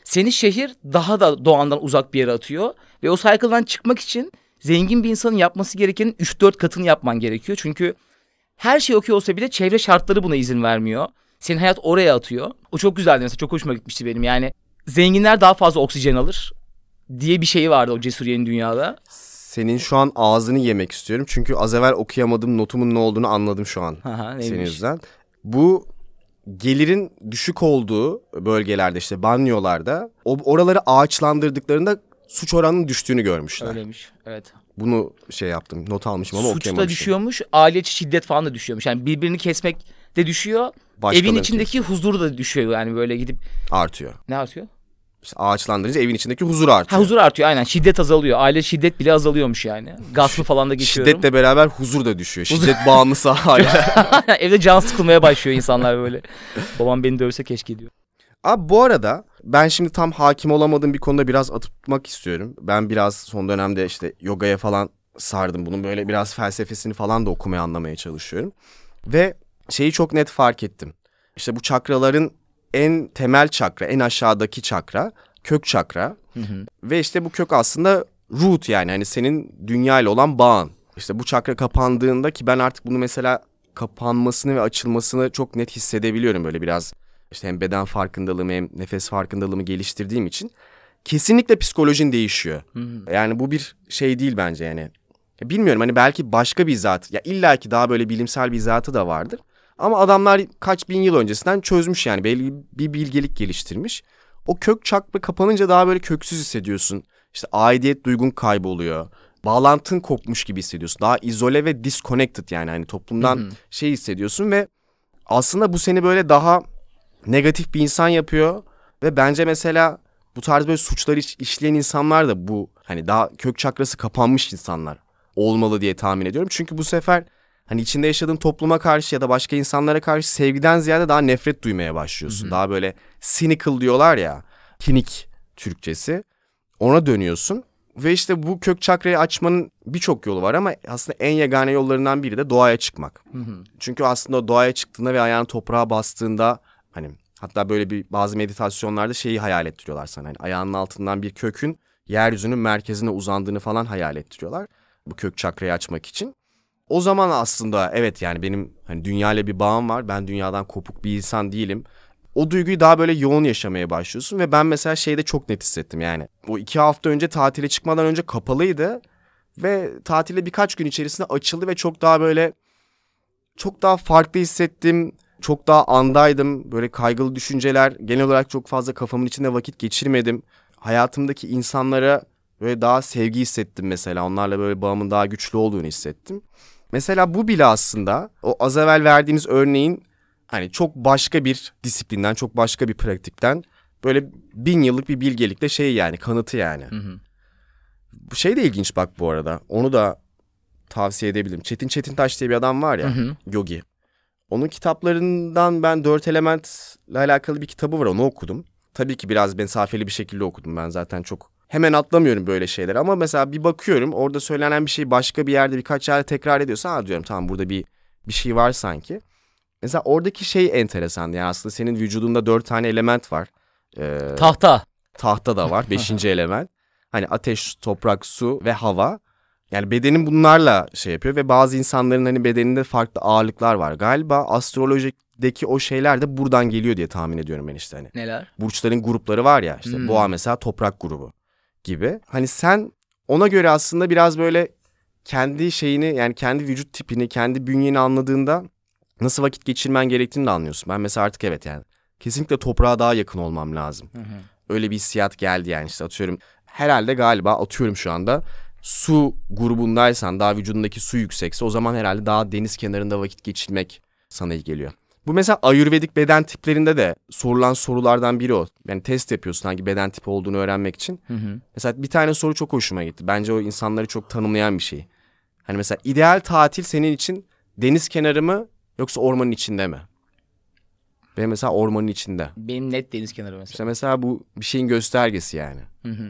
Seni şehir daha da doğandan uzak bir yere atıyor. Ve o cycle'dan çıkmak için zengin bir insanın yapması gerekenin 3-4 katını yapman gerekiyor. Çünkü her şey okey olsa bile çevre şartları buna izin vermiyor. Senin hayat oraya atıyor. O çok güzeldi mesela, çok hoşuma gitmişti benim. Yani zenginler daha fazla oksijen alır diye bir şey vardı o Cesur Yeni Dünya'da. Senin şu an ağzını yemek istiyorum. Çünkü az evvel okuyamadığım notumun ne olduğunu anladım şu an. Senin yüzünden. Bu gelirin düşük olduğu bölgelerde, işte banyolarda, oraları ağaçlandırdıklarında suç oranının düştüğünü görmüşler. Öyleymiş, evet. Bunu şey yaptım, not almışım ama Suç okuyamamışım. da düşüyormuş, aile içi şiddet falan da düşüyormuş. Yani birbirini kesmek de düşüyor. Evin içindeki huzur da düşüyor, yani böyle gidip... Artıyor. Ne artıyor? İşte ağaçlandırınca evin içindeki huzur artıyor. Ha, huzur artıyor aynen. Şiddet azalıyor. Aile şiddet bile azalıyormuş yani. Gaspı falan da geçiyorum. Şiddetle beraber huzur da düşüyor. Şiddet bağımlısı hala. Evde can sıkılmaya başlıyor insanlar böyle. Babam beni dövse keşke diyor. Abi bu arada ben şimdi tam hakim olamadığım bir konuda biraz atmak istiyorum. Ben biraz son dönemde işte yogaya falan sardım. Bunun böyle biraz felsefesini falan da okumaya, anlamaya çalışıyorum. Ve şeyi çok net fark ettim. İşte bu çakraların en temel çakra, en aşağıdaki çakra kök çakra. Ve işte bu kök aslında root, yani hani senin dünya ile olan bağın. İşte bu çakra kapandığında, ki ben artık bunu mesela kapanmasını ve açılmasını çok net hissedebiliyorum, böyle biraz işte hem beden farkındalığımı hem nefes farkındalığımı geliştirdiğim için kesinlikle psikolojin değişiyor. Yani bu bir şey değil bence yani. Ya bilmiyorum, hani belki başka bir zat, ya illaki daha böyle bilimsel bir zatı da vardır. Ama adamlar kaç bin yıl öncesinden çözmüş, yani belli bir bilgelik geliştirmiş. O kök çakra kapanınca daha böyle köksüz hissediyorsun. İşte aidiyet duygun kayboluyor. Bağlantın kopmuş gibi hissediyorsun. Daha izole ve disconnected, yani hani toplumdan şey hissediyorsun ve aslında bu seni böyle daha negatif bir insan yapıyor. Ve bence mesela bu tarz böyle suçları işleyen insanlar da bu hani daha kök çakrası kapanmış insanlar olmalı diye tahmin ediyorum. Çünkü bu sefer hani içinde yaşadığın topluma karşı ya da başka insanlara karşı sevgiden ziyade daha nefret duymaya başlıyorsun. Daha böyle cynical diyorlar ya, kinik Türkçesi. Ona dönüyorsun ve işte bu kök çakrayı açmanın birçok yolu var ama aslında en yegane yollarından biri de doğaya çıkmak. Çünkü aslında doğaya çıktığında ve ayağını toprağa bastığında, hani hatta böyle bir bazı meditasyonlarda şeyi hayal ettiriyorlar sana. Hani ayağının altından bir kökün yeryüzünün merkezine uzandığını falan hayal ettiriyorlar. Bu kök çakrayı açmak için. O zaman aslında evet, yani benim hani dünyayla bir bağım var. Ben dünyadan kopuk bir insan değilim. O duyguyu daha böyle yoğun yaşamaya başlıyorsun ve ben mesela şeyde çok net hissettim yani. O 2 hafta önce tatile çıkmadan önce kapalıydı ve tatile birkaç gün içerisinde açıldı ve çok daha böyle, çok daha farklı hissettim. Çok daha andaydım. Böyle kaygılı düşünceler, genel olarak çok fazla kafamın içinde vakit geçirmedim. Hayatımdaki insanlara böyle daha sevgi hissettim mesela. Onlarla böyle bağımın daha güçlü olduğunu hissettim. Mesela bu bile aslında o az evvel verdiğimiz örneğin hani çok başka bir disiplinden, çok başka bir pratikten, böyle 1000 yıllık bir bilgelikle şey, yani kanıtı yani. Bu şey de ilginç bak bu arada. Onu da tavsiye edebilirim. Çetin Çetintaş diye bir adam var ya, yogi. Onun kitaplarından ben 4 elementle alakalı bir kitabı var, onu okudum. Tabii ki biraz mesafeli bir şekilde okudum, ben zaten çok hemen atlamıyorum böyle şeyleri. Ama mesela bir bakıyorum, orada söylenen bir şey başka bir yerde birkaç yerde tekrar ediyorsa, ha diyorum tamam, burada bir şey var sanki. Mesela oradaki şey enteresan, yani aslında senin vücudunda 4 tane element var. Tahta da var, 5. element. Hani ateş, toprak, su ve hava. Yani bedenin bunlarla şey yapıyor ve bazı insanların hani bedeninde farklı ağırlıklar var. Galiba astrolojideki o şeyler de buradan geliyor diye tahmin ediyorum ben işte hani. Neler? Burçların grupları var ya, işte Boğa mesela toprak grubu gibi. Hani sen ona göre aslında biraz böyle kendi şeyini, yani kendi vücut tipini, kendi bünyeni anladığında nasıl vakit geçirmen gerektiğini de anlıyorsun. Ben mesela artık evet, yani kesinlikle toprağa daha yakın olmam lazım. Öyle bir hissiyat geldi yani, işte atıyorum herhalde, galiba atıyorum şu anda, su grubundaysan, daha vücudundaki su yüksekse, o zaman herhalde daha deniz kenarında vakit geçirmek sana iyi geliyor. Bu mesela Ayurvedik beden tiplerinde de sorulan sorulardan biri o. Yani test yapıyorsun hangi beden tipi olduğunu öğrenmek için. Mesela bir tane soru çok hoşuma gitti. Bence o insanları çok tanımlayan bir şey. Hani mesela ideal tatil senin için deniz kenarı mı yoksa ormanın içinde mi? Benim mesela ormanın içinde. Benim net deniz kenarı mesela. İşte mesela bu bir şeyin göstergesi yani.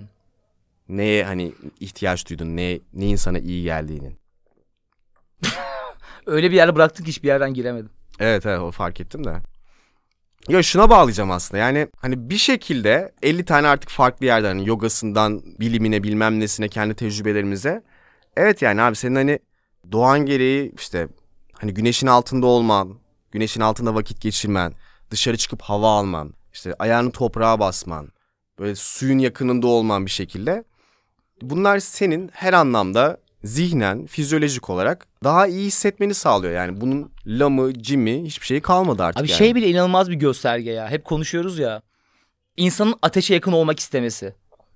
Neye hani ihtiyaç duydun, neyin sana iyi geldiğinin. Öyle bir yerde bıraktık ki hiçbir yerden giremedim. Evet o fark ettim de. Ya şuna bağlayacağım aslında, yani hani bir şekilde 50 tane artık farklı yerden, hani yogasından bilimine bilmem nesine kendi tecrübelerimize. Evet yani abi, senin hani doğan gereği işte hani güneşin altında olman, güneşin altında vakit geçirmen, dışarı çıkıp hava alman, işte ayağını toprağa basman, böyle suyun yakınında olman bir şekilde. Bunlar senin her anlamda zihnen, fizyolojik olarak daha iyi hissetmeni sağlıyor. Yani bunun lamı, cimi hiçbir şey kalmadı artık Abi yani. şey bile inanılmaz bir gösterge ya. Hep konuşuyoruz ya. İnsanın ateşe yakın olmak istemesi.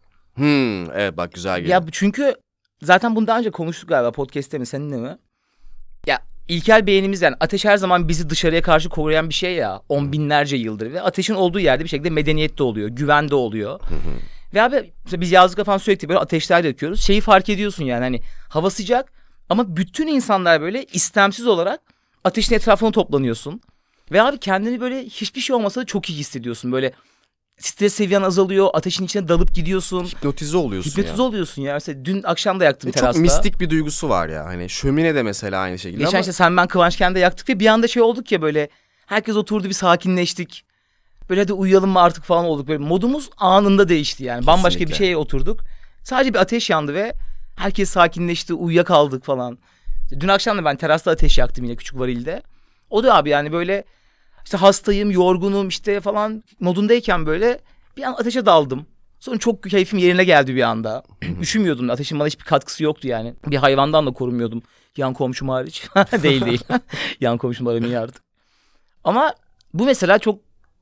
Evet bak, güzel geldi. Ya çünkü zaten bunu daha önce konuştuk galiba podcast'te mi seninle mi? Ya ilkel beynimiz, yani ateş her zaman bizi dışarıya karşı koruyan bir şey ya. On binlerce yıldır ve ateşin olduğu yerde bir şekilde medeniyet de oluyor, güven de oluyor. Ve abi biz yazlıkta falan sürekli böyle ateşler yakıyoruz. Şeyi fark ediyorsun yani, hani hava sıcak ama bütün insanlar böyle istemsiz olarak ateşin etrafına toplanıyorsun. Ve abi kendini böyle hiçbir şey olmasa da çok iyi hissediyorsun. Böyle stres seviyen azalıyor, ateşin içine dalıp gidiyorsun. Hipnotize oluyorsun Hipnotize oluyorsun ya. Mesela dün akşam da yaktım Ve terasta. çok mistik bir duygusu var ya. Hani şömine de mesela aynı şekilde. Geçen ama... işte sen ben Kıvançken'de yaktık ve bir anda şey olduk ya, böyle herkes oturdu, bir sakinleştik. Böyle hadi uyuyalım mı artık falan olduk. Böyle modumuz anında değişti yani. Bambaşka bir Kesinlikle. şeye oturduk. Sadece bir ateş yandı ve herkes sakinleşti, uyuyakaldık falan. Dün akşam da ben terasta ateş yaktım yine küçük varilde. O da abi yani böyle işte hastayım, yorgunum işte falan modundayken böyle bir an ateşe daldım. Sonra çok keyfim yerine geldi bir anda. Üşümüyordum. Ateşin bana hiçbir katkısı yoktu yani. Bir hayvandan da korunmuyordum. Yan komşum hariç. Değil. Yan komşumlar beni yardı. Ama bu mesela çok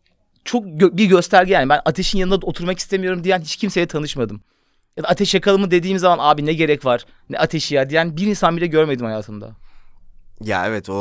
bir gösterge yani. Ben ateşin yanında oturmak istemiyorum diyen hiç kimseye tanışmadım. Ya da ateş yakalım mı dediğim zaman abi ne gerek var, ne ateşi ya diyen bir insan bile görmedim hayatımda. Ya evet,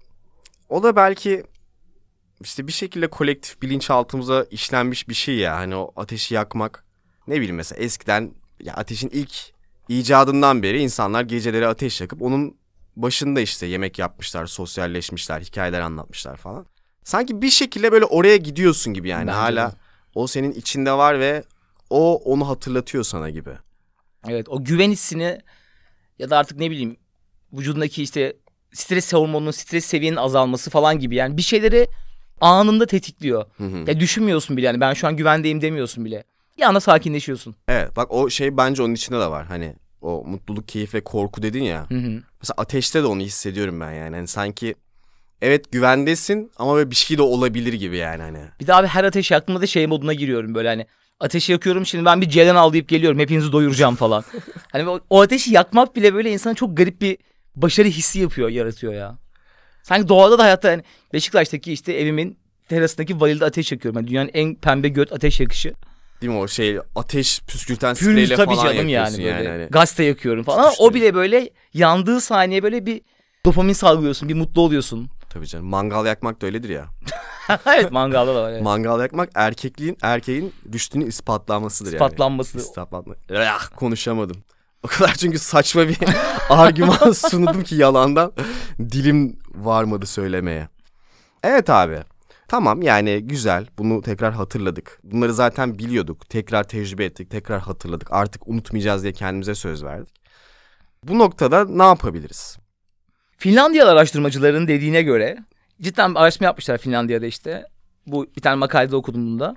o da belki işte bir şekilde kolektif bilinçaltımıza işlenmiş bir şey ya. Hani o ateşi yakmak. Ne bileyim, mesela eskiden ya ateşin ilk icadından beri insanlar geceleri ateş yakıp onun başında işte yemek yapmışlar, sosyalleşmişler, hikayeler anlatmışlar falan. Sanki bir şekilde böyle oraya gidiyorsun gibi yani. Bence Hala de. o senin içinde var ve o onu hatırlatıyor sana gibi. Evet, o güven hissini ya da artık ne bileyim vücudundaki işte stres hormonunun, stres seviyenin azalması falan gibi yani bir şeyleri anında tetikliyor. Ya düşünmüyorsun bile yani, ben şu an güvendeyim demiyorsun bile. Bir anda sakinleşiyorsun. Evet bak, o şey bence onun içinde de var. Hani o mutluluk, keyif ve korku dedin ya. Mesela ateşte de onu hissediyorum ben yani. Hani sanki evet güvendesin ama böyle bir şey de olabilir gibi yani hani. Bir de abi her ateş yaktığımda da şey moduna giriyorum böyle, hani ateşi yakıyorum şimdi ben bir ceylan al deyip geliyorum, hepinizi doyuracağım falan. Hani o ateşi yakmak bile böyle insana çok garip bir başarı hissi yaratıyor ya. Sanki doğada da hayatta yani Beşiktaş'taki işte evimin terasındaki varilde ateş yakıyorum. Yani dünyanın en pembe göt ateş yakışı. Değil mi, o şey ateş püskürten Pürüz spreyle tabii falan canım yakıyorsun yani böyle. yani. Hani. Gazete yakıyorum falan. Ama o Tutuşturucu. bile böyle yandığı saniye böyle bir dopamin salgılıyorsun. Bir mutlu oluyorsun. Tabii canım, mangal yakmak da öyledir ya. Evet, mangalda da var. Evet. Mangal yakmak erkeğin rüştünü ispatlamasıdır yani. İspatlanması. Konuşamadım. O kadar çünkü saçma bir argüman sundum ki yalandan dilim varmadı söylemeye. Evet abi. Tamam yani güzel, bunu tekrar hatırladık. Bunları zaten biliyorduk. Tekrar tecrübe ettik, tekrar hatırladık. Artık unutmayacağız diye kendimize söz verdik. Bu noktada ne yapabiliriz? Finlandiyalı araştırmacıların dediğine göre cidden bir araştırma yapmışlar Finlandiya'da işte. Bu bir tane makalede okudum bunda.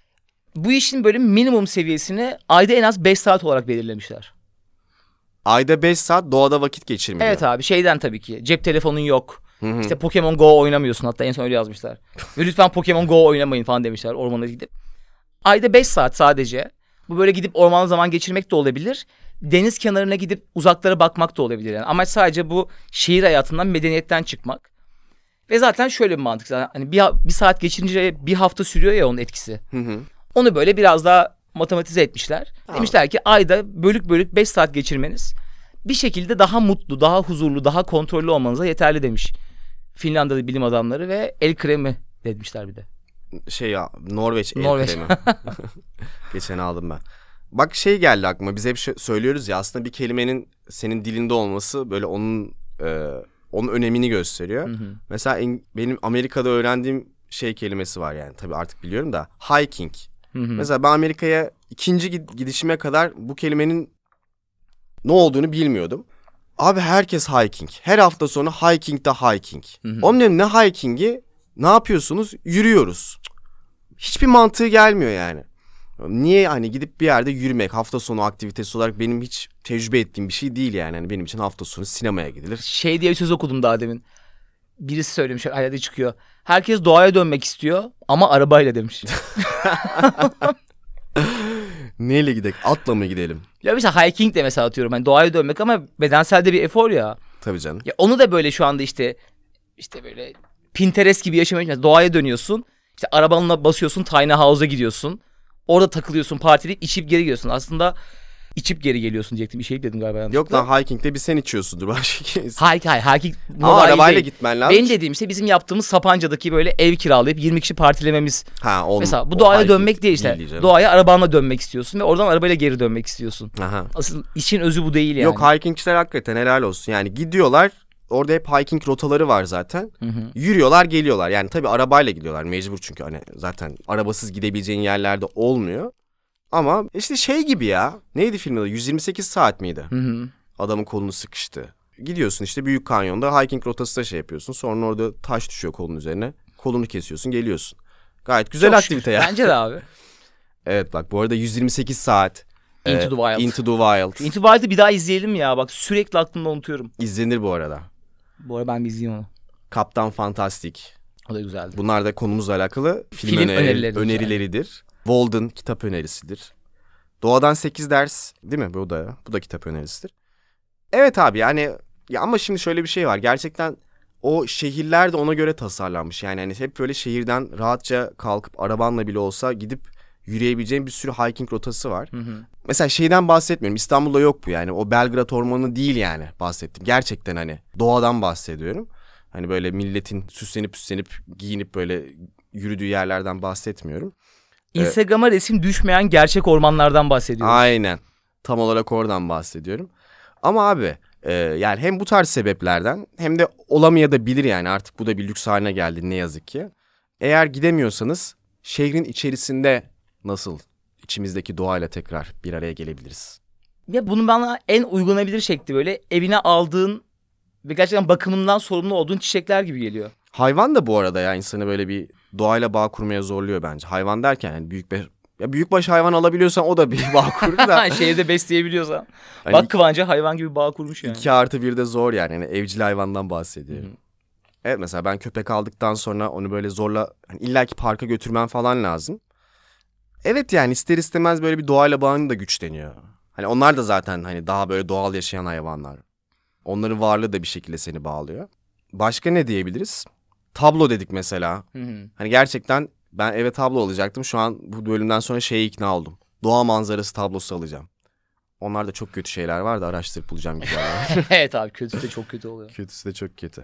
Bu işin böyle minimum seviyesini ayda en az 5 saat olarak belirlemişler. Ayda 5 saat doğada vakit geçirmeli. Evet abi, şeyden tabii ki cep telefonun yok. İşte Pokemon Go oynamıyorsun, hatta en son öyle yazmışlar. Ve lütfen Pokemon Go oynamayın falan demişler ormana gidip. Ayda 5 saat sadece. Bu böyle gidip ormanda zaman geçirmek de olabilir. Deniz kenarına gidip uzaklara bakmak da olabilir. Yani amaç sadece bu şehir hayatından, medeniyetten çıkmak. Ve zaten şöyle bir mantık. Hani bir saat geçirince bir hafta sürüyor ya onun etkisi. Onu böyle biraz daha matematize etmişler. Demişler ki ayda bölük bölük 5 saat geçirmeniz bir şekilde daha mutlu, daha huzurlu, daha kontrollü olmanıza yeterli demiş Finlandiyalı bilim adamları ve el kremi demişler bir de. Şey ya, Norveç el Norveç. kremi. Geçen aldım ben. Bak şey geldi aklıma, biz hep söylüyoruz ya, aslında bir kelimenin senin dilinde olması böyle onun önemini gösteriyor. Mesela benim Amerika'da öğrendiğim şey kelimesi var yani, tabii artık biliyorum da, hiking. Mesela ben Amerika'ya ikinci gidişime kadar bu kelimenin ne olduğunu bilmiyordum. Abi herkes hiking. Her hafta sonu hiking da hiking. Onun ne hikingi? Ne yapıyorsunuz? Yürüyoruz. hiçbir mantığı gelmiyor yani. Niye hani gidip bir yerde yürümek hafta sonu aktivitesi olarak benim hiç tecrübe ettiğim bir şey değil yani. Hani benim için hafta sonu sinemaya gidilir. Şey diye bir söz okudum daha demin. Birisi söylemiş, arada çıkıyor. Herkes doğaya dönmek istiyor ama arabayla demiş. Neyle gidelim? Atla mı gidelim? Ya mesela hiking de mesela atıyorum. Hani doğaya dönmek ama bedensel de bir efor ya. Tabii canım. Ya onu da böyle şu anda işte böyle Pinterest gibi yaşamaya çalışıyorsun. Doğaya dönüyorsun. İşte arabanla basıyorsun, tiny house'a gidiyorsun. Orada takılıyorsun, partileyip içip geri geliyorsun. Aslında içip geri geliyorsun diyecektim. Bir şey dedim galiba yanlışlıkla. Yok lan hiking'de bir sen içiyorsundur başka kimse. Hiking. Ama arabayla gitmen lazım. Benim dediğim işte bizim yaptığımız Sapanca'daki böyle ev kiralayıp 20 kişi partilememiz. Mesela bu o doğaya hiking dönmek değil işte. canım. Doğaya arabanla dönmek istiyorsun ve oradan arabayla geri dönmek istiyorsun. Aha. Asıl işin özü bu değil yani. Yok hikingçiler hakikaten helal olsun. Yani gidiyorlar. Orada hep hiking rotaları var zaten. Yürüyorlar geliyorlar. Yani tabii arabayla gidiyorlar mecbur çünkü hani zaten arabasız gidebileceğin yerlerde olmuyor. Ama işte şey gibi ya. Neydi filmin adı? 128 saat miydi? Adamın kolunu sıkıştı. Gidiyorsun işte Büyük Kanyon'da hiking rotası da şey yapıyorsun. Sonra orada taş düşüyor kolun üzerine. Kolunu kesiyorsun geliyorsun. Gayet güzel Çok aktivite ya. Bence de abi. Evet bak bu arada 128 saat. Into the Wild. Into the Wild. Into the Wild'ı bir daha izleyelim ya. Bak sürekli aklımda unutuyorum. İzlenir bu arada. Bu arada ben bir izleyeyim onu. Kaptan Fantastik. O da güzeldi. Bunlar da konumuzla alakalı film önerileridir. Walden kitap önerisidir. Doğadan 8 ders değil mi? Bu da kitap önerisidir. Evet abi yani ya ama şimdi şöyle bir şey var. Gerçekten o şehirler de ona göre tasarlanmış. Yani hani hep böyle şehirden rahatça kalkıp arabanla bile olsa gidip yürüyebileceğin bir sürü hiking rotası var. Mesela şeyden bahsetmiyorum. İstanbul'da yok bu yani. O Belgrad Ormanı değil yani bahsettim. Gerçekten hani doğadan bahsediyorum. Hani böyle milletin süslenip giyinip böyle yürüdüğü yerlerden bahsetmiyorum. Instagram'a resim düşmeyen gerçek ormanlardan bahsediyoruz. Aynen. Tam olarak oradan bahsediyorum. Ama abi yani hem bu tarz sebeplerden hem de olamayabilir yani artık bu da bir lüks haline geldi ne yazık ki. Eğer gidemiyorsanız şehrin içerisinde nasıl içimizdeki doğayla tekrar bir araya gelebiliriz? Ya bunun bana en uygulanabilir şekli böyle evine aldığın ve gerçekten bakımından sorumlu olduğun çiçekler gibi geliyor. Hayvan da bu arada ya insanı böyle bir doğayla bağ kurmaya zorluyor bence. Hayvan derken yani büyükbaş hayvan alabiliyorsan o da bir bağ kurur da. Şehirde besleyebiliyorsan. Hani Bak Kıvanç'a hayvan gibi bağ kurmuş yani. 2+1 de zor yani evcil hayvandan bahsediyorum. Evet mesela ben köpek aldıktan sonra onu böyle zorla hani illaki parka götürmen falan lazım. Evet yani ister istemez böyle bir doğayla bağın da güçleniyor. Hani onlar da zaten hani daha böyle doğal yaşayan hayvanlar. Onların varlığı da bir şekilde seni bağlıyor. Başka ne diyebiliriz? Tablo dedik mesela. Hani gerçekten ben eve tablo alacaktım. Şu an bu bölümden sonra şeye ikna oldum. Doğa manzarası tablosu alacağım. Onlar da çok kötü şeyler var da araştırıp bulacağım gibi. Evet abi kötüsü de çok kötü oluyor. Kötüsü de çok kötü.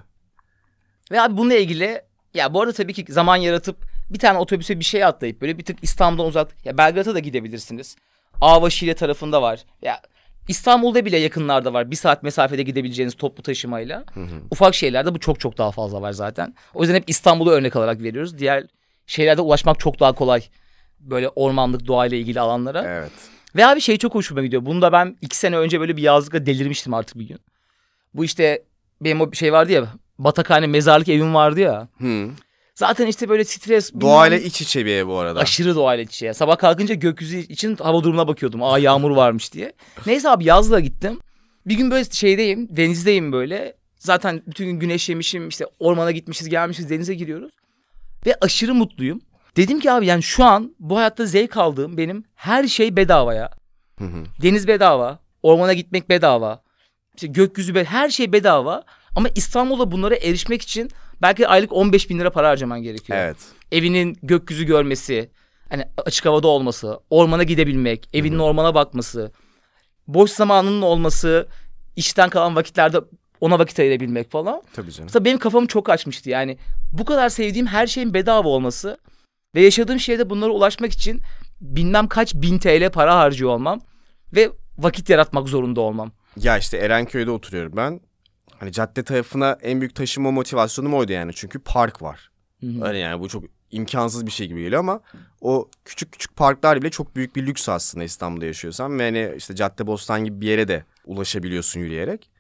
Ve abi bununla ilgili ya bu arada tabii ki zaman yaratıp bir tane otobüse bir şey atlayıp böyle bir tık İstanbul'dan uzak. Ya Belgrad'a da gidebilirsiniz. Avaşile tarafında var. Ya İstanbul'da bile yakınlarda var. 1 saat mesafede gidebileceğiniz toplu taşımayla. Ufak şeylerde bu çok daha fazla var zaten. O yüzden hep İstanbul'u örnek alarak veriyoruz. Diğer şeylerde ulaşmak çok daha kolay. Böyle ormanlık doğayla ilgili alanlara. Evet. Ve abi şey çok hoşuma gidiyor. Bunu da ben 2 sene önce böyle bir yazlıkla delirmiştim artık bir gün. Bu işte benim o şey vardı ya. Batakhane mezarlık evim vardı ya. Zaten işte böyle stres. Doğayla iç içe bir ev bu arada. Aşırı doğayla iç içe. Sabah kalkınca gökyüzü için hava durumuna bakıyordum. Yağmur varmış diye. Neyse abi yazlığa gittim. Bir gün böyle şeydeyim, denizdeyim böyle. Zaten bütün gün güneşlemişim, işte ormana gitmişiz, gelmişiz, denize giriyoruz. Ve aşırı mutluyum. Dedim ki abi yani şu an bu hayatta zevk aldığım benim her şey bedava ya. Deniz bedava, ormana gitmek bedava. İşte gökyüzü her şey bedava. Ama İstanbul'da bunlara erişmek için belki aylık 15.000 lira para harcaman gerekiyor. Evet. Evinin gökyüzü görmesi, hani açık havada olması, ormana gidebilmek, evinin ormana bakması, boş zamanının olması, işten kalan vakitlerde ona vakit ayırabilmek falan. Tabii canım. Mesela benim kafamı çok açmıştı yani. Bu kadar sevdiğim her şeyin bedava olması ve yaşadığım şehirde bunlara ulaşmak için bilmem kaç bin TL para harcıyor olmam ve vakit yaratmak zorunda olmam. Ya işte Erenköy'de oturuyorum ben. Hani cadde tarafına en büyük taşıma motivasyonum oydu yani. Çünkü park var. Öyle yani bu çok imkansız bir şey gibi geliyor ama o küçük parklar bile çok büyük bir lüks aslında İstanbul'da yaşıyorsan. Ve hani işte Caddebostan gibi bir yere de ulaşabiliyorsun yürüyerek.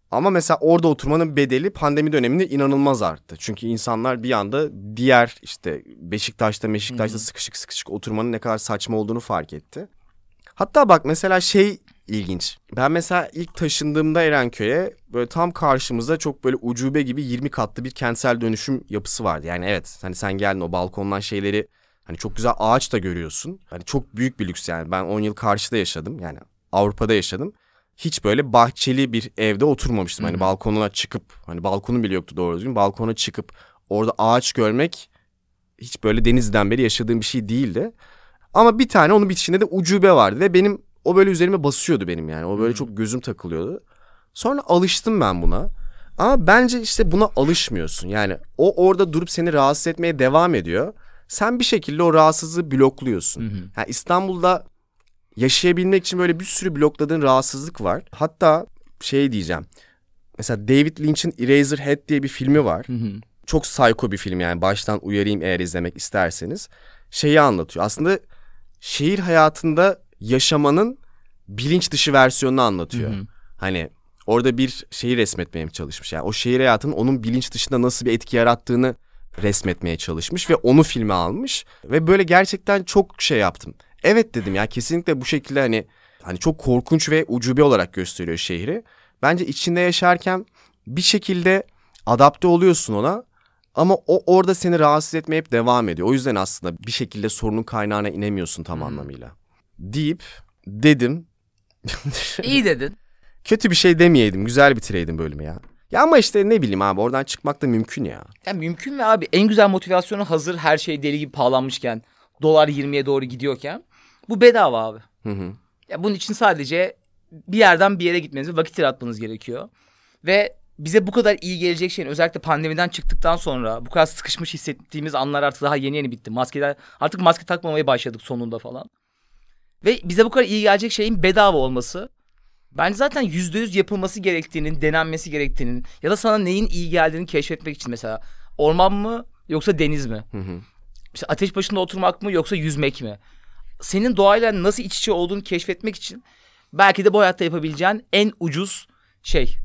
Ama mesela orada oturmanın bedeli pandemi döneminde inanılmaz arttı. Çünkü insanlar bir anda diğer işte Beşiktaş'ta sıkışık oturmanın ne kadar saçma olduğunu fark etti. Hatta bak mesela şey ilginç. Ben mesela ilk taşındığımda Erenköy'e böyle tam karşımızda çok böyle ucube gibi 20 katlı bir kentsel dönüşüm yapısı vardı. Yani evet hani sen geldin o balkondan şeyleri hani çok güzel ağaç da görüyorsun. Hani çok büyük bir lüks yani. Ben 10 yıl karşıda yaşadım yani Avrupa'da yaşadım. Hiç böyle bahçeli bir evde oturmamıştım. Hani balkonuna çıkıp hani balkonum bile yoktu doğru düzgün. Balkona çıkıp orada ağaç görmek hiç böyle Denizli'den beri yaşadığım bir şey değildi. Ama bir tane onun bitişinde de ucube vardı ve benim o böyle üzerime basıyordu benim yani. O böyle çok gözüm takılıyordu. Sonra alıştım ben buna. Ama bence işte buna alışmıyorsun. Yani o orada durup seni rahatsız etmeye devam ediyor. Sen bir şekilde o rahatsızlığı blokluyorsun. Yani İstanbul'da yaşayabilmek için böyle bir sürü blokladığın rahatsızlık var. Hatta şey diyeceğim. Mesela David Lynch'in Eraserhead diye bir filmi var. Çok psycho bir film yani. Baştan uyarayım eğer izlemek isterseniz. Şeyi anlatıyor. Aslında şehir hayatında yaşamanın bilinç dışı versiyonunu anlatıyor. Hani orada bir şeyi resmetmeye çalışmış. Yani o şehir hayatının onun bilinç dışında nasıl bir etki yarattığını resmetmeye çalışmış ve onu filme almış. Ve böyle gerçekten çok şey yaptım. Evet dedim ya kesinlikle bu şekilde hani çok korkunç ve ucube olarak gösteriyor şehri. Bence içinde yaşarken bir şekilde adapte oluyorsun ona. Ama o orada seni rahatsız etmeye hep devam ediyor. O yüzden aslında bir şekilde sorunun kaynağına inemiyorsun tam anlamıyla. Deyip dedim. İyi dedin. Kötü bir şey demeyeydim. Güzel bitireydim bölümü ya. Ya ama işte ne bileyim abi oradan çıkmak da mümkün ya. Ya mümkün mü abi? En güzel motivasyonu hazır her şey deli gibi pahalanmışken, dolar 20'ye doğru gidiyorken bu bedava abi. Ya bunun için sadece bir yerden bir yere gitmeniz ve vakit yaratmanız gerekiyor. Ve bize bu kadar iyi gelecek şeyin özellikle pandemiden çıktıktan sonra bu kadar sıkışmış hissettiğimiz anlar artık daha yeni bitti. Artık maske takmamaya başladık sonunda falan. Ve bize bu kadar iyi gelecek şeyin bedava olması bence zaten %100 yapılması gerektiğinin, denenmesi gerektiğinin ya da sana neyin iyi geldiğini keşfetmek için mesela orman mı yoksa deniz mi? İşte ateş başında oturmak mı yoksa yüzmek mi? Senin doğayla nasıl iç içe olduğunu keşfetmek için belki de bu hayatta yapabileceğin en ucuz şey.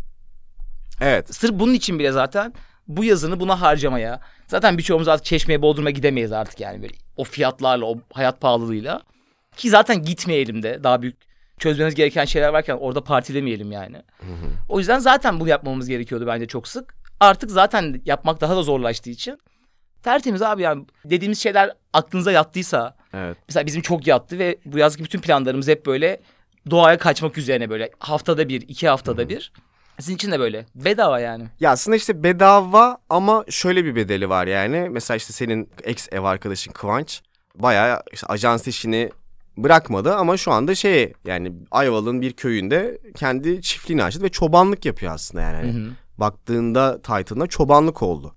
Evet. Sırf bunun için bile zaten bu yazını buna harcamaya. Zaten birçoğumuz artık Çeşme'ye, Bodrum'a gidemeyiz artık yani böyle o fiyatlarla, o hayat pahalılığıyla. Ki zaten gitmeyelim de daha büyük çözmemiz gereken şeyler varken orada partilemeyelim yani. O yüzden zaten bunu yapmamız gerekiyordu bence çok sık. Artık zaten yapmak daha da zorlaştığı için tertemiz abi yani dediğimiz şeyler aklınıza yattıysa. Evet. Mesela bizim çok yattı ve bu yazki bütün planlarımız hep böyle doğaya kaçmak üzerine böyle haftada bir, 2 haftada bir. Sizin için de böyle bedava yani. Ya aslında işte bedava ama şöyle bir bedeli var yani. Mesela işte senin ex ev arkadaşın Kıvanç bayağı işte ajans işini bırakmadı ama şu anda yani Ayvalık'ın bir köyünde kendi çiftliğini açtı ve çobanlık yapıyor aslında yani. Baktığında title'ına çobanlık oldu.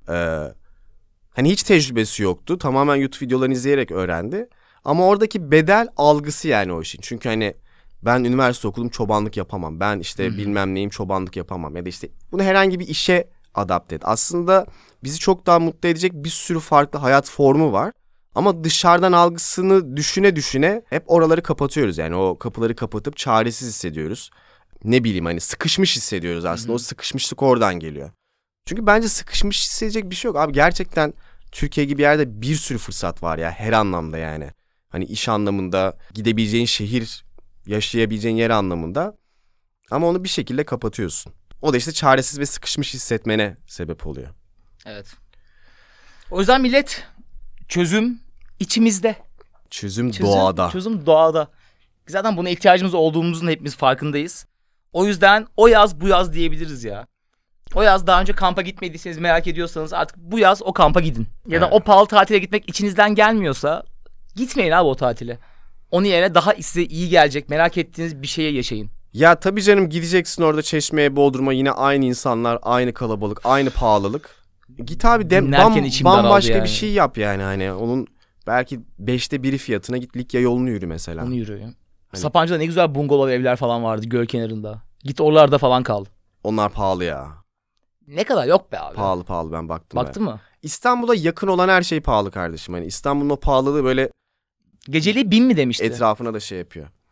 Hani hiç tecrübesi yoktu. Tamamen YouTube videolarını izleyerek öğrendi. Ama oradaki bedel algısı yani o işin. Çünkü hani ben üniversite okudum çobanlık yapamam. Ben işte bilmem neyim çobanlık yapamam. Ya da işte bunu herhangi bir işe adapte et. Aslında bizi çok daha mutlu edecek bir sürü farklı hayat formu var. Ama dışarıdan algısını düşüne hep oraları kapatıyoruz. Yani o kapıları kapatıp çaresiz hissediyoruz. Ne bileyim hani sıkışmış hissediyoruz aslında. O sıkışmışlık oradan geliyor. Çünkü bence sıkışmış hissedecek bir şey yok. Abi gerçekten Türkiye gibi yerde bir sürü fırsat var ya her anlamda yani. Hani iş anlamında, gidebileceğin şehir, yaşayabileceğin yer anlamında. Ama onu bir şekilde kapatıyorsun. O da işte çaresiz ve sıkışmış hissetmene sebep oluyor. Evet. O yüzden millet çözüm içimizde. Çözüm doğada. Çözüm doğada. Zaten buna ihtiyacımız olduğumuzun hepimiz farkındayız. O yüzden o yaz bu yaz diyebiliriz ya. O yaz daha önce kampa gitmediyseniz merak ediyorsanız artık bu yaz o kampa gidin. Ya da o pahalı tatile gitmek içinizden gelmiyorsa gitmeyin abi o tatile. Onun yerine daha size iyi gelecek merak ettiğiniz bir şeye yaşayın. Ya tabii canım gideceksin orada Çeşme'ye, Bodrum'a yine aynı insanlar, aynı kalabalık, aynı pahalılık. Git abi bambaşka yani. Bir şey yap yani hani onun belki 5'te 1'i fiyatına git Likya yolunu yürü mesela. Onu yürü. Hani... Sapanca'da ne güzel bungalov evler falan vardı göl kenarında. Git oralarda falan kal. Onlar pahalı ya. Ne kadar yok be abi. Pahalı ben baktım. Baktın mı? İstanbul'a yakın olan her şey pahalı kardeşim. Hani İstanbul'un o pahalılığı böyle... Geceliği 1000 mi demişti? Etrafına da şey yapıyor.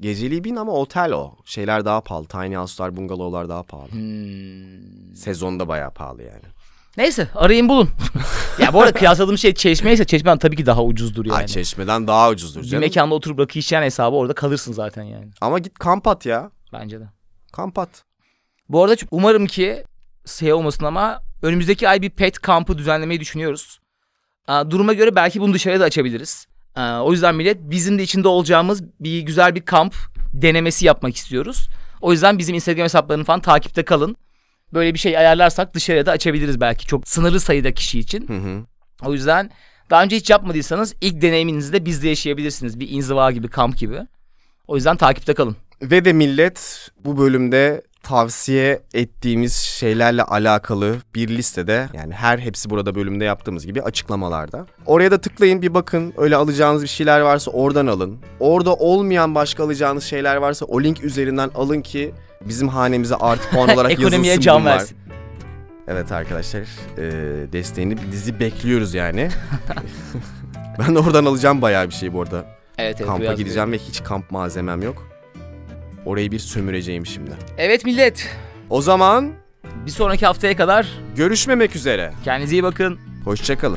Geceliği 1000 ama otel o. Şeyler daha pahalı. Tiny house'lar, bungalovlar daha pahalı. Sezonda bayağı pahalı yani. Neyse arayın bulun. Ya bu arada kıyasladığım şey Çeşme ise Çeşme'den tabii ki daha ucuzdur yani. Ay Çeşme'den daha ucuzdur Bir canım. mekanda oturup rakı içeceğin hesabı orada kalırsın zaten yani. Ama git kamp at ya. Bence de. Kamp at. Bu arada umarım ki şey olmasın ama önümüzdeki ay bir pet kampı düzenlemeyi düşünüyoruz. Duruma göre belki bunu dışarıya da açabiliriz. O yüzden millet bizim de içinde olacağımız güzel bir kamp denemesi yapmak istiyoruz. O yüzden bizim Instagram hesaplarını falan takipte kalın. Böyle bir şey ayarlarsak dışarıya da açabiliriz belki çok sınırlı sayıda kişi için. O yüzden daha önce hiç yapmadıysanız ilk deneyiminizi de bizde yaşayabilirsiniz. Bir inziva gibi, kamp gibi. O yüzden takipte kalın. Ve de millet bu bölümde tavsiye ettiğimiz şeylerle alakalı bir listede, yani hepsi burada bölümde yaptığımız gibi açıklamalarda. Oraya da tıklayın, bir bakın, öyle alacağınız bir şeyler varsa oradan alın. Orada olmayan başka alacağınız şeyler varsa o link üzerinden alın ki bizim hanemize artı puan olarak yazılsın Ekonomiye can bunlar. versin. Evet arkadaşlar, desteğini bizi bekliyoruz yani. Ben de oradan alacağım bayağı bir şey bu arada. Evet, Kampa gideceğim ve hiç kamp malzemem yok. Orayı bir sömüreceğim şimdi. Evet millet. O zaman Bir sonraki haftaya kadar görüşmemek üzere. kendinize iyi bakın. Hoşça kalın.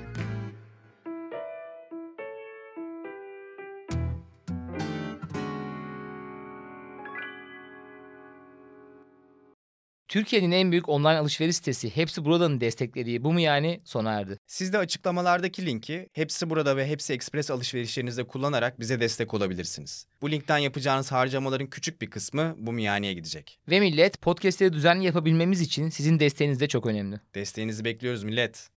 Türkiye'nin en büyük online alışveriş sitesi Hepsi Burada'nın desteklediği bu mu yani sona erdi. Siz de açıklamalardaki linki Hepsi Burada ve Hepsi Express alışverişlerinizde kullanarak bize destek olabilirsiniz. Bu linkten yapacağınız harcamaların küçük bir kısmı bu Miyani'ye gidecek. Ve millet podcastleri düzenli yapabilmemiz için sizin desteğiniz de çok önemli. Desteğinizi bekliyoruz millet.